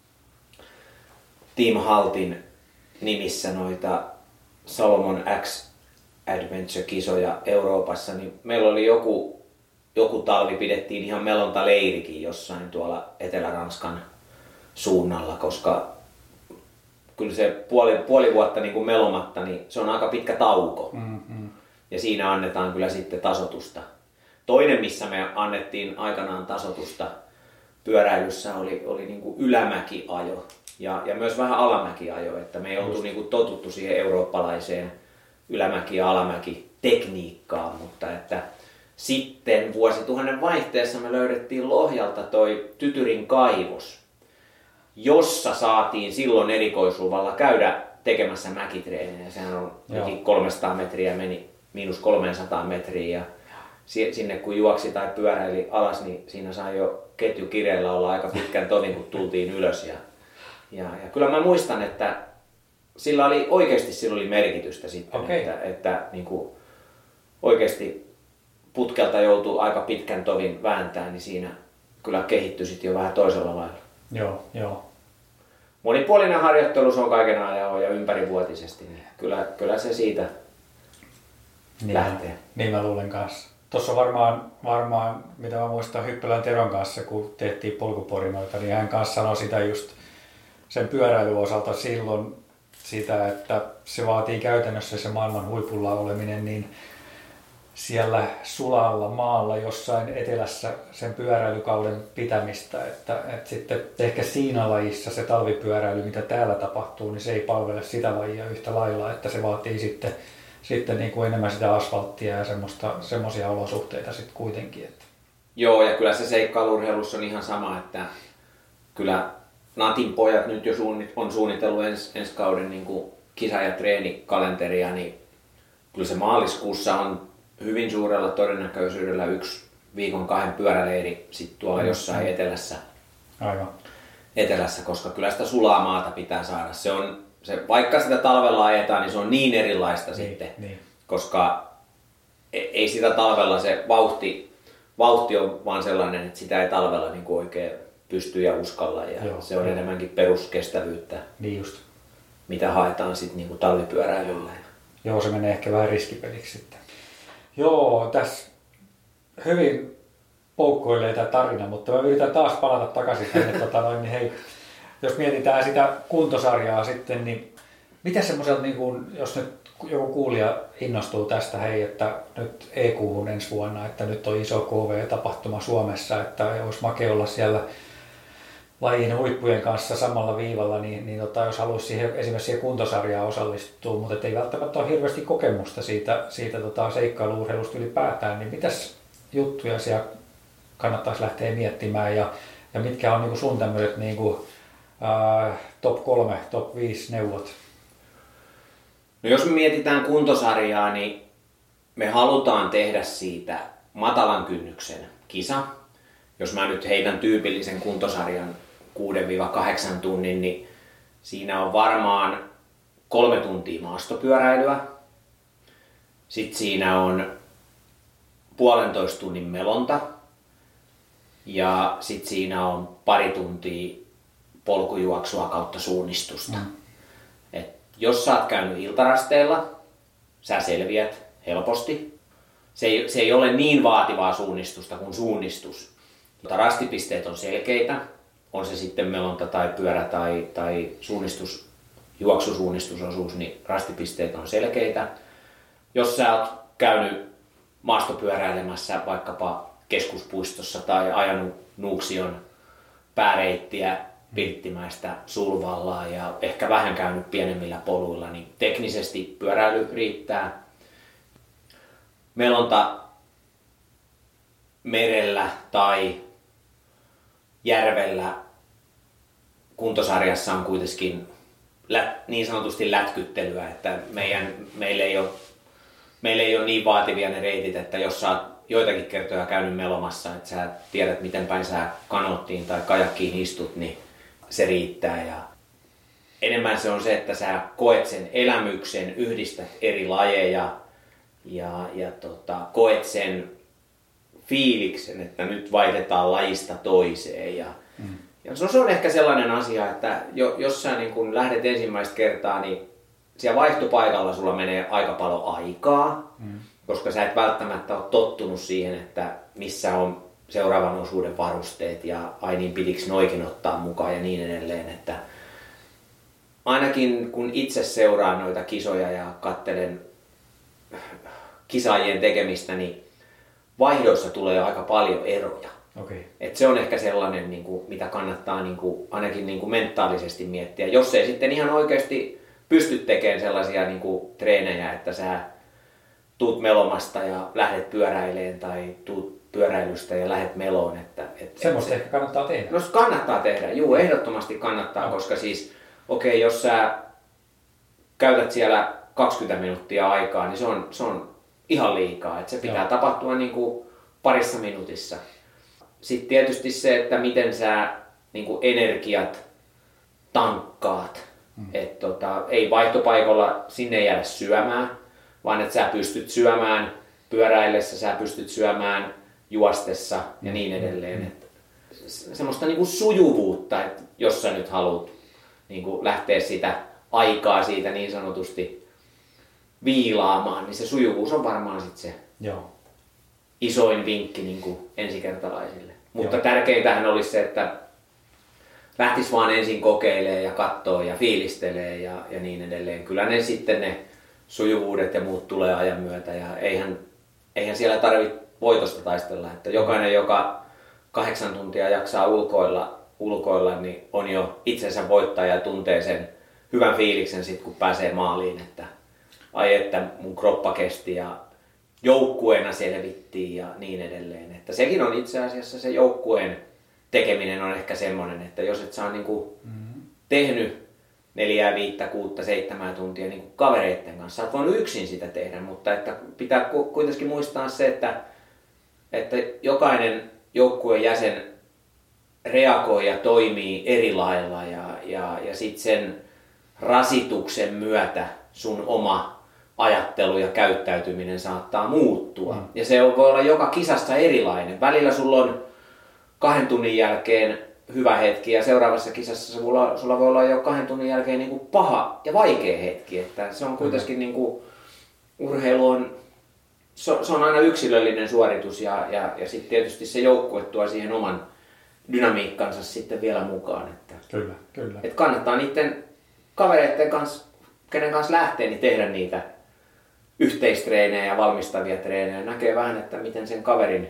Team Haltin nimissä noita Salomon X Adventure-kisoja Euroopassa, niin meillä oli joku Joku talvi pidettiin ihan melontaleirikin jossain tuolla Etelä-Ranskan suunnalla, koska kyllä se puoli, puoli vuotta niin kuin melomatta, niin se on aika pitkä tauko. Mm-hmm. Ja siinä annetaan kyllä sitten tasotusta. Toinen, missä me annettiin aikanaan tasotusta pyöräilyssä, oli, oli niin kuin ylämäkiajo ja, ja myös vähän alamäkiajo. Että me ei oltu niin kuin totuttu siihen eurooppalaiseen ylämäki- ja alamäki-tekniikkaan, mutta että sitten vuosituhannen vaihteessa me löydettiin Lohjalta toi Tytyrin kaivos, jossa saatiin silloin erikoisluvalla käydä tekemässä mäkitreenejä. Sehän on kolmesataa metriä, meni miinus kolmesataa metriä ja sinne kun juoksi tai pyöräili alas, niin siinä sai jo ketju kireellä olla aika pitkän tovin, kun tultiin ylös. Ja, ja, ja kyllä mä muistan, että sillä oli oikeasti sillä oli merkitystä sitten, okay. että, että niin kuin oikeasti putkelta joutuu aika pitkän tovin vääntämään, niin siinä kyllä kehittyi sitten jo vähän toisella lailla. Joo, joo. Monipuolinen harjoittelu se on kaiken ajan ja ympärivuotisesti, niin kyllä, kyllä se siitä niin, lähtee. Niin mä luulen kanssa. Tuossa varmaan, varmaan, mitä mä muistan Hyppälän Teron kanssa, kun tehtiin polkuporinoita, niin hän kanssa sanoi sitä just sen pyöräilyn osalta silloin sitä, että se vaatii käytännössä se maailman huipulla oleminen, niin siellä sulalla maalla jossain etelässä sen pyöräilykauden pitämistä, että, että sitten ehkä siinä lajissa se talvipyöräily, mitä täällä tapahtuu, niin se ei palvele sitä lajia yhtä lailla, että se vaatii sitten, sitten niin kuin enemmän sitä asfalttia ja semmoista, semmoisia olosuhteita sitten kuitenkin. Että. Joo, ja kyllä se seikkailu-urheilussa on ihan sama, että kyllä Natin pojat nyt jo on suunnitellut ens, ensi kauden niin kuin kisa- ja treenikalenteria, niin kyllä se maaliskuussa on hyvin suurella todennäköisyydellä yksi viikon kahden pyöräleiri sit tuolla mm. jossain etelässä. Aivan. Etelässä, koska kyllä sitä sulaa maata pitää saada. Se on, se, vaikka sitä talvella ajetaan, niin se on niin erilaista niin, sitten, niin. Koska ei sitä talvella se vauhti, vauhti on vaan sellainen, että sitä ei talvella niin kuin oikein pysty ja uskalla. Ja Joo, se on jo. enemmänkin peruskestävyyttä, niin just. mitä haetaan sitten niin kuin talvipyöräilyllä. Joo, se menee ehkä vähän riskipeliksi sitten. Joo, tässä hyvin poukkoilee tämä tarina, mutta mä yritän taas palata takaisin tänne. tota noin, niin hei, jos mietitään sitä kuntosarjaa sitten, niin mitä semmoiselta, niin kun, jos nyt joku kuulija innostuu tästä, hei, että nyt E Q:hun ensi vuonna, että nyt on iso K V-tapahtuma Suomessa, että olisi makea olla siellä lajin huippujen kanssa samalla viivalla, niin, niin tota, jos haluaisi siihen, esimerkiksi siihen kuntosarjaan osallistua, mutta ei välttämättä ole hirveästi kokemusta siitä, siitä tota, seikkailu-urheilusta ylipäätään, niin mitäs juttuja siellä kannattaisi lähteä miettimään ja, ja mitkä on niin kuin sun tämmöiset niin kuin, ää, top kolme, top viisi neuvot? No jos me mietitään kuntosarjaa, niin me halutaan tehdä siitä matalan kynnyksen kisa. Jos mä nyt heitän tyypillisen kuntosarjan kuudesta kahdeksaan tunnin, niin siinä on varmaan kolme tuntia maastopyöräilyä. Sitten siinä on puolentoista tunnin melonta. Ja sitten siinä on pari tuntia polkujuoksua kautta suunnistusta. Mm. Et jos sä oot käynyt iltarasteilla, sä selviät helposti. Se ei, se ei ole niin vaativaa suunnistusta kuin suunnistus. Mutta rastipisteet on selkeitä. On se sitten melonta tai pyörä tai, tai suunnistus, juoksusuunnistusosuus, niin rastipisteet on selkeitä. Jos sä oot käynyt maastopyöräilemässä vaikkapa keskuspuistossa tai ajanut Nuuksion pääreittiä Pirttimäestä Sulvallaan ja ehkä vähän käynyt pienemmillä poluilla, niin teknisesti pyöräily riittää. Melonta merellä tai järvellä kuntosarjassa on kuitenkin niin sanotusti lätkyttelyä, että meidän, meillä, ei ole, meillä ei ole niin vaativia ne reitit, että jos sä oot joitakin kertoja käynyt melomassa, että sä tiedät miten päin sä kanoottiin tai kajakkiin istut, niin se riittää. Ja enemmän se on se, että sä koet sen elämyksen, yhdistät eri lajeja ja, ja tota, koet sen fiiliksen, että nyt vaihdetaan lajista toiseen. Ja, mm. ja se on ehkä sellainen asia, että jos sä niin kun lähdet ensimmäistä kertaa, niin siellä vaihtopaikalla sulla menee aika paljon aikaa, mm. koska sä et välttämättä ole tottunut siihen, että missä on seuraavan osuuden varusteet ja ai niin pitikö noikin ottaa mukaan ja niin edelleen. Että ainakin kun itse seuraan noita kisoja ja katselen kisaajien tekemistä, niin vaihdoissa tulee aika paljon eroja. Okay. Et se on ehkä sellainen, niin kuin, mitä kannattaa niin kuin, ainakin niin kuin mentaalisesti miettiä. Jos ei sitten ihan oikeasti pysty tekemään sellaisia niin kuin, treenejä, että sä tuut melomasta ja lähdet pyöräileen tai tuut pyöräilystä ja lähdet meloon. Että, et, Semmoista et, ehkä kannattaa tehdä. No kannattaa tehdä, juu, ehdottomasti kannattaa, no. Koska siis, okei, okay, jos sä käytät siellä kaksikymmentä minuuttia aikaa, niin se on, se on ihan liikaa. Että se pitää Joo. tapahtua niin kuin parissa minuutissa. Sitten tietysti se, että miten sä niin kuin energiat tankkaat. Hmm. Että tota, ei vaihtopaikalla sinne jäädä syömään, vaan että sä pystyt syömään pyöräillessä, sä pystyt syömään juostessa ja niin edelleen. Hmm. Että semmoista niin kuin sujuvuutta, että jos sä nyt haluat niin kuin lähteä sitä aikaa siitä niin sanotusti viilaamaan, niin se sujuvuus on varmaan sitten se Joo. isoin vinkki niin kuin ensikertalaisille. Mutta Joo. tärkeintähän olisi se, että lähtisi vaan ensin kokeilemaan ja katsoo ja fiilistelee ja, ja niin edelleen. Kyllä ne sitten ne sujuvuudet ja muut tulee ajan myötä ja eihän, eihän siellä tarvitse voitosta taistella. Että jokainen, joka kahdeksan tuntia jaksaa ulkoilla, ulkoilla niin on jo itsensä voittaja ja tuntee sen hyvän fiiliksen sitten, kun pääsee maaliin. Että ai että mun kroppa kesti ja joukkueena selvittiin ja niin edelleen. Että sekin on itse asiassa se joukkueen tekeminen on ehkä semmoinen, että jos et saa niinku mm-hmm. tehnyt neljää, viittä, kuutta, seitsemää tuntia niinku kavereitten kanssa, sä oot voinut yksin sitä tehdä, mutta että pitää kuitenkin muistaa se, että, että jokainen joukkueen jäsen reagoi ja toimii eri lailla ja, ja, ja sitten sen rasituksen myötä sun oma ajattelu ja käyttäytyminen saattaa muuttua. Mm. Ja se voi olla joka kisassa erilainen. Välillä sulla on kahden tunnin jälkeen hyvä hetki ja seuraavassa kisassa sulla, sulla voi olla jo kahden tunnin jälkeen niin kuin paha ja vaikea hetki. Että se on kuitenkin niin kuin, urheilu on, se, se on aina yksilöllinen suoritus ja, ja, ja sitten tietysti se joukkue tuo siihen oman dynamiikkansa sitten vielä mukaan. Että, kyllä, kyllä. Että kannattaa niiden kavereiden kanssa, kenen kanssa lähtee, niin tehdä niitä yhteistreenejä ja valmistavia treenejä. Näkee vähän, että miten sen kaverin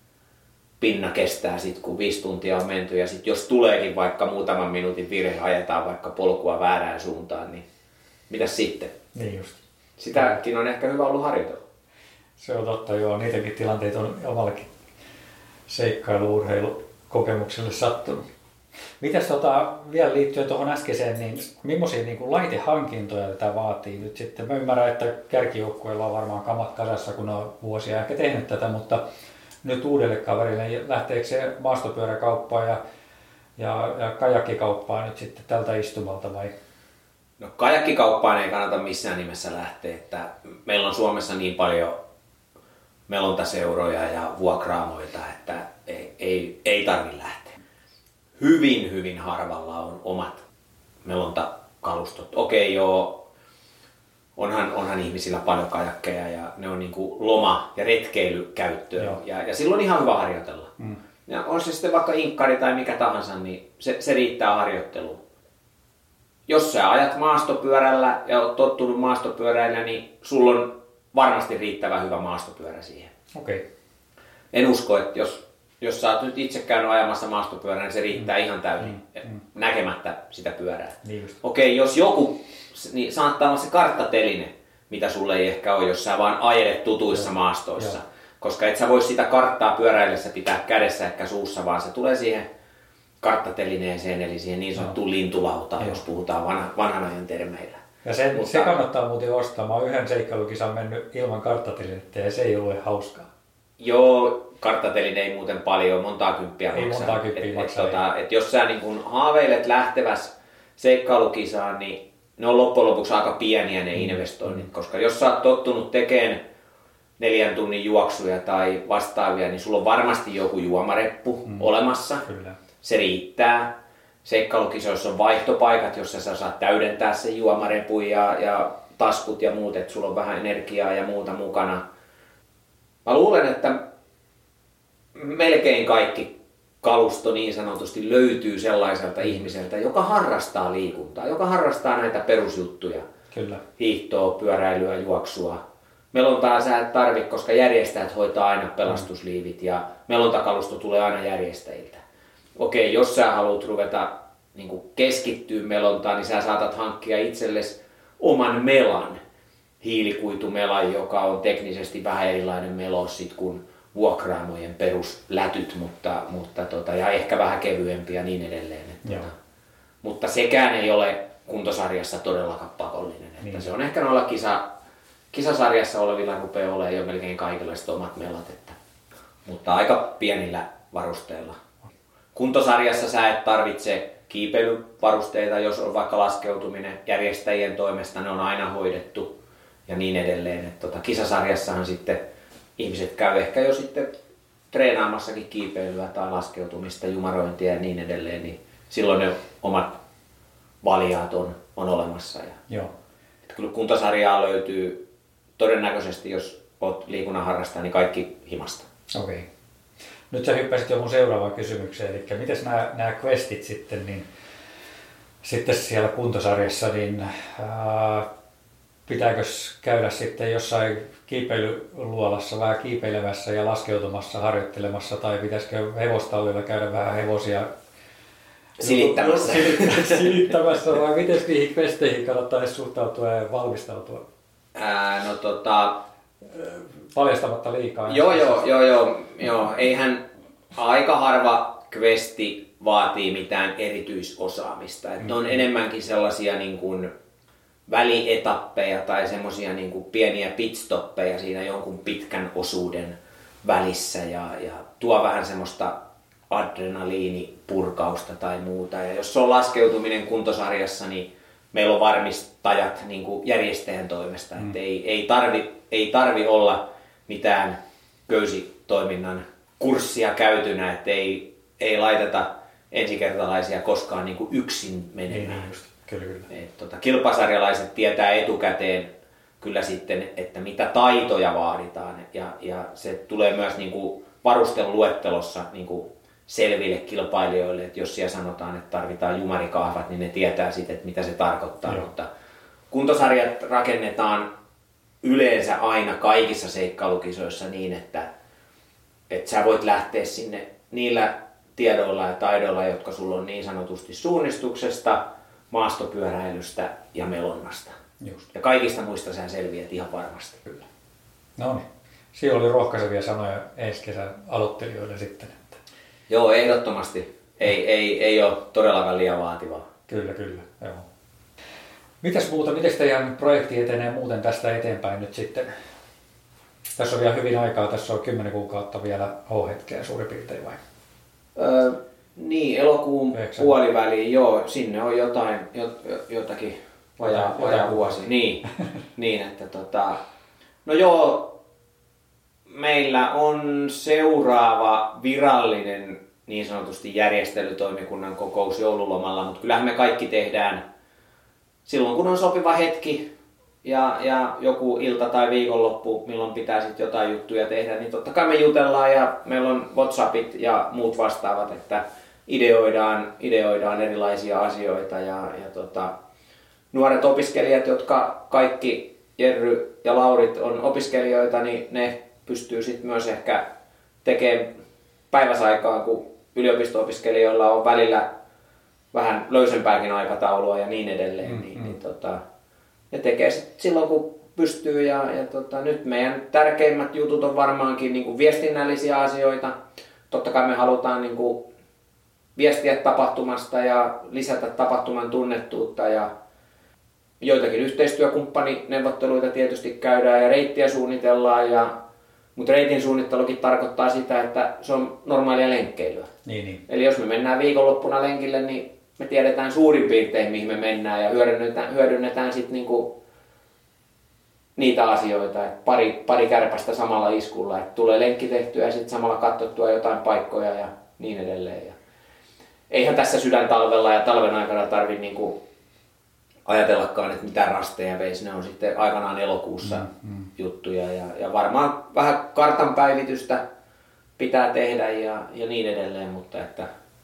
pinna kestää sit, kun viisi tuntia on menty. Ja sit jos tuleekin vaikka muutaman minuutin virhe, ajetaan vaikka polkua väärään suuntaan, niin mitäs sitten? Niin just. Sitäkin on ehkä hyvä ollut harjoitella. Se on totta, joo. Niitäkin tilanteita on omallekin seikkailu-urheilukokemukselle sattunut. Mitäs tota, vielä liittyen tuohon äskeiseen, niin millaisia niin kuin laitehankintoja tätä vaatii nyt sitten? Mä ymmärrän, että kärkijoukkueilla on varmaan kamat kasassa, kun on vuosia ehkä tehnyt tätä, mutta nyt uudelle kaverille lähteekö se maastopyöräkauppaan ja, ja, ja kajakkikauppaan nyt sitten tältä istumalta vai? No kajakkikauppaan ei kannata missään nimessä lähteä, että meillä on Suomessa niin paljon melontaseuroja ja vuokraamoita, että ei, ei, ei tarvitse lähteä. Hyvin, hyvin harvalla on omat melontakalustot. Okei, joo, onhan, onhan ihmisillä paljon kajakkeja ja ne on niin kuin loma- ja retkeilykäyttöön ja, ja silloin on ihan hyvä harjoitella. Mm. Ja on se sitten vaikka inkkari tai mikä tahansa, niin se, se riittää harjoitteluun. Jos sä ajat maastopyörällä ja oot tottunut maastopyöräillä, niin sulla on varmasti riittävän hyvä maastopyörä siihen. Okay. En usko, että jos, jos sä oot nyt itse käynyt ajamassa maastopyörää, niin se riittää mm. ihan täysin, mm. Mm. näkemättä sitä pyörää. Niin Okei, jos joku, niin saattaa olla se karttateline, mitä sulle ei ehkä ole, jos sä vaan ajelet tutuissa Joo. maastoissa. Joo. Koska et sä voi sitä karttaa pyöräillessä pitää kädessä ehkä suussa, vaan se tulee siihen karttatelineeseen, eli siihen niin sanottuun no. lintulautaan, jos puhutaan vanha, vanhan ajan termeillä. Ja sen, Mutta, se kannattaa muuten ostaa. Mä oon yhden seikkailukisan mennyt ilman karttatelinettä ja se ei ole hauskaa. Joo, karttateline ei muuten paljon, montaa kymppiä ei maksaa. Montaa kymppiä et, maksaa. Et, tota, et jos sä niin kun haaveilet lähteväs seikkailukisaan, niin ne on loppujen lopuksi aika pieniä ne mm. investoinnit, mm. koska jos sä oot tottunut tekemään neljän tunnin juoksuja tai vastaavia, niin sulla on varmasti joku juomareppu mm. olemassa. Kyllä. Se riittää. Seikkailukisoissa on vaihtopaikat, jossa sä saat täydentää sen juomarepun ja, ja taskut ja muut, että sulla on vähän energiaa ja muuta mukana. Mä luulen, että melkein kaikki kalusto niin sanotusti löytyy sellaiselta mm. ihmiseltä, joka harrastaa liikuntaa, joka harrastaa näitä perusjuttuja. Kyllä. Hiihtoa, pyöräilyä, juoksua. Melontaa sä et tarvi, koska järjestäjät hoitaa aina pelastusliivit ja melontakalusto tulee aina järjestäjiltä. Okei, jos sä haluat ruveta niin kuin keskittyä melontaan, niin sä saatat hankkia itsellesi oman melan, hiilikuitumelan, joka on teknisesti vähän erilainen melo sit kuin vuokraamojen peruslätyt, mutta, mutta tota, ja ehkä vähän kevyempi ja niin edelleen. Että, mutta sekään ei ole kuntosarjassa todellakaan pakollinen. Että niin. Se on ehkä noilla kisa, kisasarjassa olevilla rupeaa olemaan jo melkein kaikilla omat melat, että, mutta aika pienillä varusteilla. Kuntosarjassa sä et tarvitse kiipeilyvarusteita, jos on vaikka laskeutuminen järjestäjien toimesta, ne on aina hoidettu ja niin edelleen. Et tota, kisasarjassahan sitten ihmiset käy ehkä jo sitten treenaamassakin kiipeilyä tai laskeutumista, jumarointia ja niin edelleen, niin silloin ne omat valjaat on, on olemassa. Ja, Joo. Et kyllä kuntosarjaa löytyy todennäköisesti, jos olet liikunnan harrastaja, niin kaikki himasta. Okei. Okay. Nyt sä hyppäsit jo mun seuraavaan kysymykseen, eli mites nämä, nämä questit sitten, niin sitten siellä kuntosarjassa, niin ää, pitääkö käydä sitten jossain kiipeilyluolassa vähän kiipeilemässä ja laskeutumassa, harjoittelemassa, tai pitäisikö hevostallilla käydä vähän hevosia silittämässä, silittämässä vai miten niihin questeihin kannattaa suhtautua ja valmistautua? Ää, no tota... Paljastamatta liikaa. Joo, joo, joo, joo, joo. Eihän aika harva questi vaatii mitään erityisosaamista. Et ne on enemmänkin sellaisia niin kuin välietappeja tai semmoisia niin kuin pieniä pitstoppeja siinä jonkun pitkän osuuden välissä ja, ja tuo vähän semmoista adrenaliinipurkausta tai muuta. Ja jos se on laskeutuminen kuntosarjassa, niin meillä on varmistajat niin kuin järjestäjän toimesta. Mm. Että ei, ei, tarvi, ei tarvi olla mitään köysitoiminnan kurssia käytynä, että ei, ei laiteta ensikertalaisia koskaan niin kuin yksin menemään. Niin, just. Kyllä, kyllä. Et, tota, kilpasarjalaiset tietää etukäteen kyllä sitten, että mitä taitoja vaaditaan. Ja, ja se tulee myös niin kuin varusteluluettelossa niin kuin selville kilpailijoille, että jos siellä sanotaan, että tarvitaan jumarikahvat, niin ne tietää sitten, että mitä se tarkoittaa. Joo. Mutta kuntosarjat rakennetaan yleensä aina kaikissa seikkailukisoissa niin, että, että sä voit lähteä sinne niillä tiedoilla ja taidoilla, jotka sulla on niin sanotusti suunnistuksesta, maastopyöräilystä ja melonnasta. Just. Ja kaikista muista sä selviät ihan varmasti. Kyllä. No niin. Siinä oli rohkaisevia sanoja ensi kesän aloittelijoille sitten. Joo, ehdottomasti. Ei, ei, ei ole todellakaan liian vaativaa. Kyllä, kyllä. Joo. Mitäs muuta, miten teidän projekti etenee muuten tästä eteenpäin nyt sitten? Tässä on vielä hyvin aikaa, tässä on kymmenen kuukautta vielä H-hetkeä suurin piirtein vai? Öö, niin, elokuun Yhdeksän. puoliväliin, joo, sinne on jotain, jot, jotakin vajaa, vajaa vuosi. Niin, niin, että tota, no joo, meillä on seuraava virallinen niin sanotusti järjestelytoimikunnan kokous joululomalla, mutta kyllähän me kaikki tehdään silloin, kun on sopiva hetki ja, ja joku ilta tai viikonloppu, milloin pitää sitten jotain juttuja tehdä, niin totta kai me jutellaan ja meillä on WhatsAppit ja muut vastaavat, että ideoidaan, ideoidaan erilaisia asioita ja, ja tota, nuoret opiskelijat, jotka kaikki Jerry ja Laurit on opiskelijoita, niin ne pystyy sitten myös ehkä tekemään päiväsaikaan, kun yliopisto-opiskelijoilla on välillä vähän löysempääkin aikataulua ja niin edelleen, mm, niin, mm. niin tota, ne tekee sit silloin kun pystyy ja, ja tota, nyt meidän tärkeimmät jutut on varmaankin niin kuin viestinnällisiä asioita. Totta kai me halutaan niin kuin viestiä tapahtumasta ja lisätä tapahtuman tunnettuutta ja joitakin yhteistyökumppanineuvotteluita tietysti käydään ja reittiä suunnitellaan, ja, mutta reitin suunnittelukin tarkoittaa sitä, että se on normaalia lenkkeilyä. Niin, niin. Eli jos me mennään viikonloppuna lenkille, niin me tiedetään suurin piirtein mihin me mennään ja hyödynnetään, hyödynnetään sitten niinku niitä asioita, että pari, pari kärpästä samalla iskulla, että tulee lenkki tehtyä ja sitten samalla katsottua jotain paikkoja ja niin edelleen. Ja eihän tässä sydäntalvella ja talven aikana tarvitse niinku ajatellakaan, että mitä rasteja veisi, ne on sitten aikanaan elokuussa mm, mm. juttuja ja, ja varmaan vähän kartan päivitystä pitää tehdä ja, ja niin edelleen, mutta että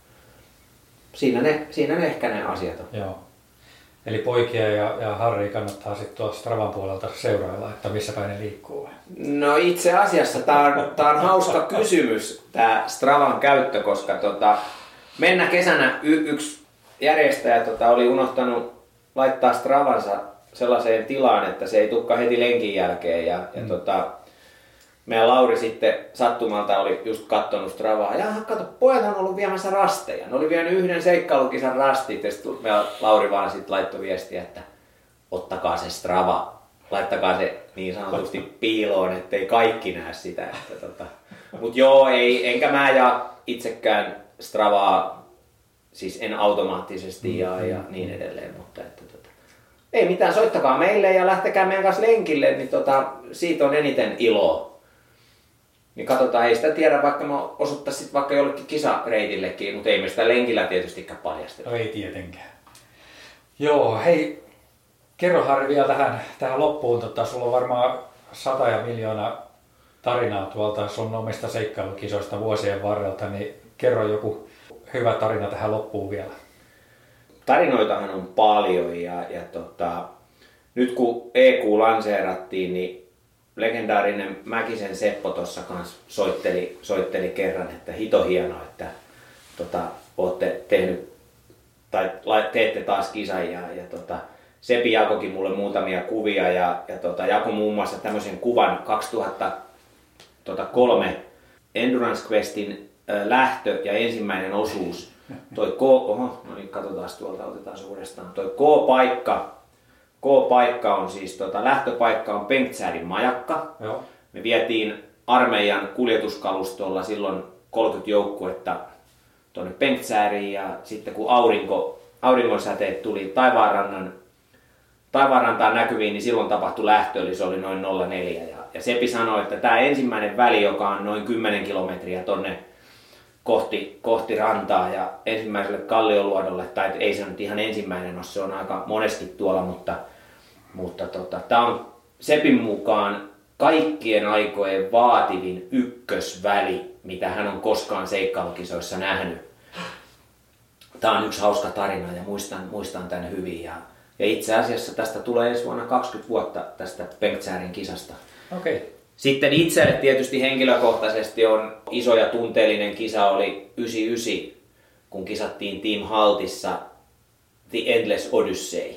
siinä ne, siinä ne ehkä ne asiat on. Joo. Eli poikia ja, ja Harri kannattaa sitten tuossa Stravan puolelta seurailla, että missä päin ne liikkuu. No itse asiassa tämä on, tää on hauska kysymys, tämä Stravan käyttö, koska tota, mennä kesänä y- yksi järjestäjä tota, oli unohtanut laittaa Stravansa sellaiseen tilaan, että se ei tukka heti lenkin jälkeen. Ja, mm. ja tota, meidän Lauri sitten sattumalta oli just kattonut Stravaa. Ja kato, pojat on ollut viemässä rasteja. Ne oli vienyt yhden seikkailukisan rastit. Ja sitten meidän Lauri vaan sitten laittoi viestiä, että ottakaa se Strava. Laittakaa se niin sanotusti piiloon, ettei kaikki näe sitä. Että tota. Mut joo, ei, enkä mä jaa itsekään Stravaa. Siis en automaattisesti ja, ja niin edelleen, mutta että, tota, ei mitään, soittakaa meille ja lähtekää meidän kanssa lenkille, niin tota, siitä on eniten iloa. Niin katsotaan, ei sitä tiedä, vaikka me osuttaisiin vaikka jollekin kisareitillekin, mutta ei me sitä lenkillä tietystikään paljasteta. No ei tietenkään. Joo, hei, kerro Harri vielä tähän, tähän loppuun, tota, sulla on varmaan sata ja miljoona tarinaa tuolta sun omista seikkailukisoista vuosien varrelta, niin kerro joku hyvä tarina tähän loppuun vielä. Tarinoitahan on paljon ja, ja tota, nyt kun E Q lanseerattiin, niin legendaarinen Mäkisen Seppo tuossa kanssa soitteli, soitteli kerran, että hito hienoa, että tota, olette tehnyt tai teette taas kisan ja, ja tota, Sepi jakokin mulle muutamia kuvia ja, ja tota, jako muun muassa tämmöisen kuvan kaksituhattakolme Endurance Questin lähtö ja ensimmäinen osuus. Toi K, oho, no niin, katsotaan tuolta, otetaan se uudestaan. Toi K-paikka, K-paikka on siis, tota, lähtöpaikka on Pengtsäärin majakka. Joo. Me vietiin armeijan kuljetuskalustolla silloin kolmekymmentä joukkuetta tuonne Pengtsääriin ja sitten kun aurinko, auringonsäteet tuli taivaanrannan, taivaanrantaan näkyviin, niin silloin tapahtui lähtö, eli se oli noin nolla neljä. Ja, ja Sepi sanoi, että tämä ensimmäinen väli, joka on noin kymmenen kilometriä tonne Kohti, kohti rantaa ja ensimmäiselle kallioluodolle, tai ei se nyt ihan ensimmäinen ole, se on aika monesti tuolla, mutta, mutta tota, tämä on Sepin mukaan kaikkien aikojen vaativin ykkösväli, mitä hän on koskaan seikkailukisoissa nähnyt. Tämä on yksi hauska tarina ja muistan, muistan tämän hyvin. Ja, ja itse asiassa tästä tulee ensi vuonna kaksikymmentä vuotta tästä Pengtsäärin kisasta. Okay. Sitten itselle tietysti henkilökohtaisesti on iso ja tunteellinen kisa oli yhdeksänkymmentäyhdeksän, kun kisattiin Team Haltissa The Endless Odyssey.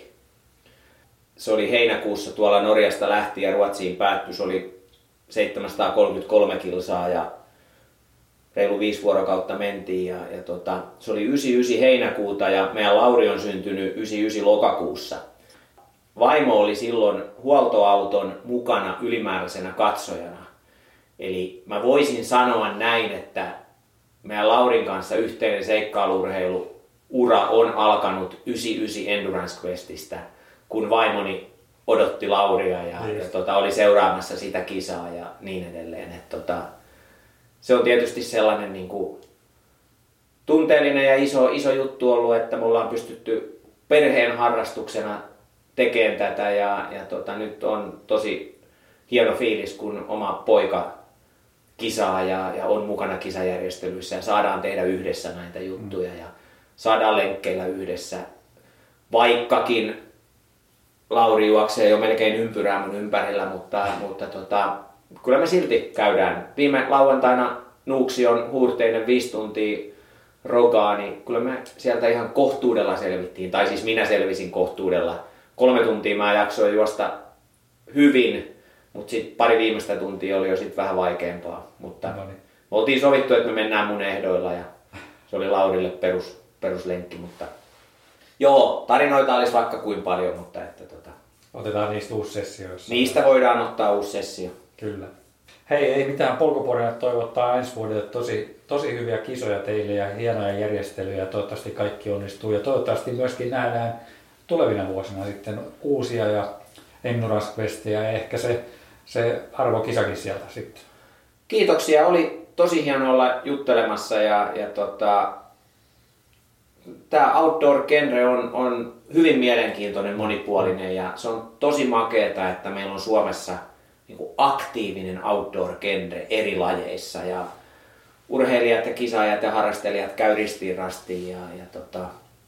Se oli heinäkuussa tuolla Norjasta lähti ja Ruotsiin päättyi. Se oli seitsemänsataakolmekymmentäkolme kilsaa ja reilu viisi vuorokautta mentiin ja, ja tota, se oli yhdeksänkymmentäyhdeksän heinäkuuta ja meidän Lauri on syntynyt yhdeksänkymmentäyhdeksän lokakuussa. Vaimo oli silloin huoltoauton mukana ylimääräisenä katsojana. Eli mä voisin sanoa näin, että meidän Laurin kanssa yhteinen seikkailu-urheilu-ura on alkanut yhdeksänkymmentäyhdeksän Endurance Questistä, kun vaimoni odotti Lauria ja, ja tota, oli seuraamassa sitä kisaa ja niin edelleen. Et, tota, se on tietysti sellainen niin kuin, tunteellinen ja iso, iso juttu ollut, että me ollaan pystytty perheen harrastuksena tekemään tätä ja, ja tota, nyt on tosi hieno fiilis, kun oma poika kisaa ja, ja on mukana kisajärjestelyissä ja saadaan tehdä yhdessä näitä juttuja ja saadaan lenkkeillä yhdessä. Vaikkakin Lauri juoksee jo melkein ympyrää mun ympärillä, mutta, mutta tota, kyllä me silti käydään. Viime lauantaina Nuuksion huurteinen viisi tuntia rogaa, niin kyllä me sieltä ihan kohtuudella selvittiin. Tai siis minä selvisin kohtuudella. Kolme tuntia mä jaksoin juosta hyvin, mutta sitten pari viimeistä tuntia oli jo sit vähän vaikeampaa. Mutta no niin. Me oltiin sovittu, että me mennään mun ehdoilla ja se oli Laurille perus, peruslenkki. Mutta joo, tarinoita olisi vaikka kuin paljon, mutta että tota, otetaan niistä uusi sessio. Niistä voidaan ottaa uusi sessio. Kyllä. Hei, ei mitään, Polkuporinat toivottaa ensi vuodelle tosi, tosi hyviä kisoja teille ja hienoja järjestelyjä. Toivottavasti kaikki onnistuu ja toivottavasti myöskin nähdään tulevina vuosina sitten uusia ja Endurance Questia ja ehkä se, se arvokisakin sieltä sitten. Kiitoksia, oli tosi hieno olla juttelemassa ja, ja tota, tämä outdoor-genre on, on hyvin mielenkiintoinen, monipuolinen ja se on tosi makeeta, että meillä on Suomessa niin kuin aktiivinen outdoor-genre eri lajeissa ja urheilijat ja kisaajat ja harrastelijat käy ristiin rastiin ja, ja tota,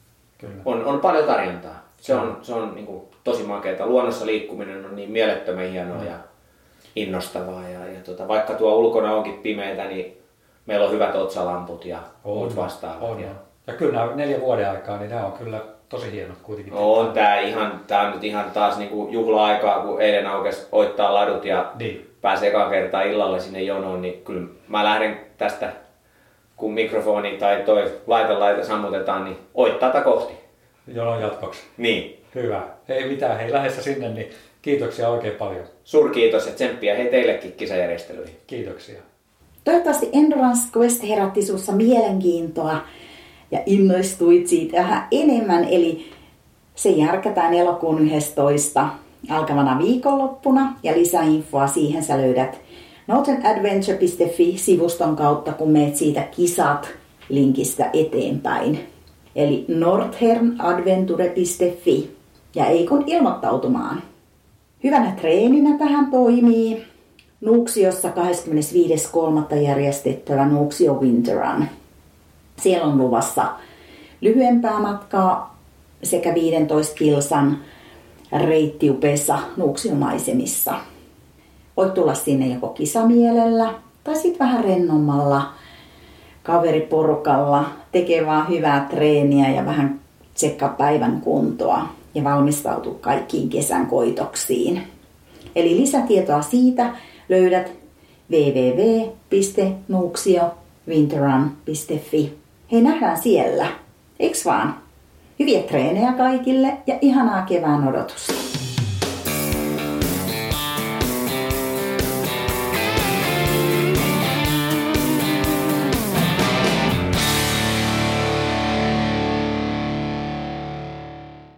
on, on paljon tarjontaa. Se on, se on niin kuin tosi makeeta. Luonnossa liikkuminen on niin mielettömän hienoa mm. ja innostavaa ja, ja tota, vaikka tuo ulkona onkin pimeitä, niin meillä on hyvät otsalamput ja on, muut vastaavat. On, ja... ja kyllä nämä neljä vuoden aikaa, niin nämä on kyllä tosi hienot kuitenkin. On tää ihan, tää on nyt ihan taas niinku juhla-aikaa, kun eilen aukesi Oittaan ladut ja niin. Pääsi ekaa kertaa illalla sinne jonoon, niin kyllä mä lähden tästä, kun mikrofoni tai toi laitelaite sammutetaan, niin Oittaata kohti. Jonon jatkoksi. Niin. Hyvä. Ei mitään, hei lähdessä sinne, niin kiitoksia oikein paljon. Suurkiitos ja tsemppiä hei teillekin kisajärjestelyihin. Kiitoksia. Toivottavasti Endurance Quest herätti sinussa mielenkiintoa ja innostuit siitä vähän enemmän, eli se järkätään elokuun yhdestoista alkavana viikonloppuna ja lisäinfoa siihen sä löydät northern adventure piste fi-sivuston kautta, kun meet siitä kisat linkistä eteenpäin. Eli northern adventure piste fi ja ei kun ilmoittautumaan. Hyvänä treeninä tähän toimii Nuuksiossa kahdeskymmenesviides kolmatta järjestettävä Nuuksio Winter Run. Siellä on luvassa lyhyempää matkaa sekä viidentoista kilsan reitti upeissa Nuuksion-maisemissa. Voit tulla sinne joko kisamielellä tai sitten vähän rennommalla kaveriporukalla, tekee vaan hyvää treeniä ja vähän tsekkaa päivän kuntoa ja valmistautua kaikkiin kesän koitoksiin. Eli lisätietoa siitä löydät double-u double-u double-u piste nuuksio winterrun piste fi. Hei, nähdään siellä. Eiks vaan? Hyviä treenejä kaikille ja ihanaa kevään odotusta.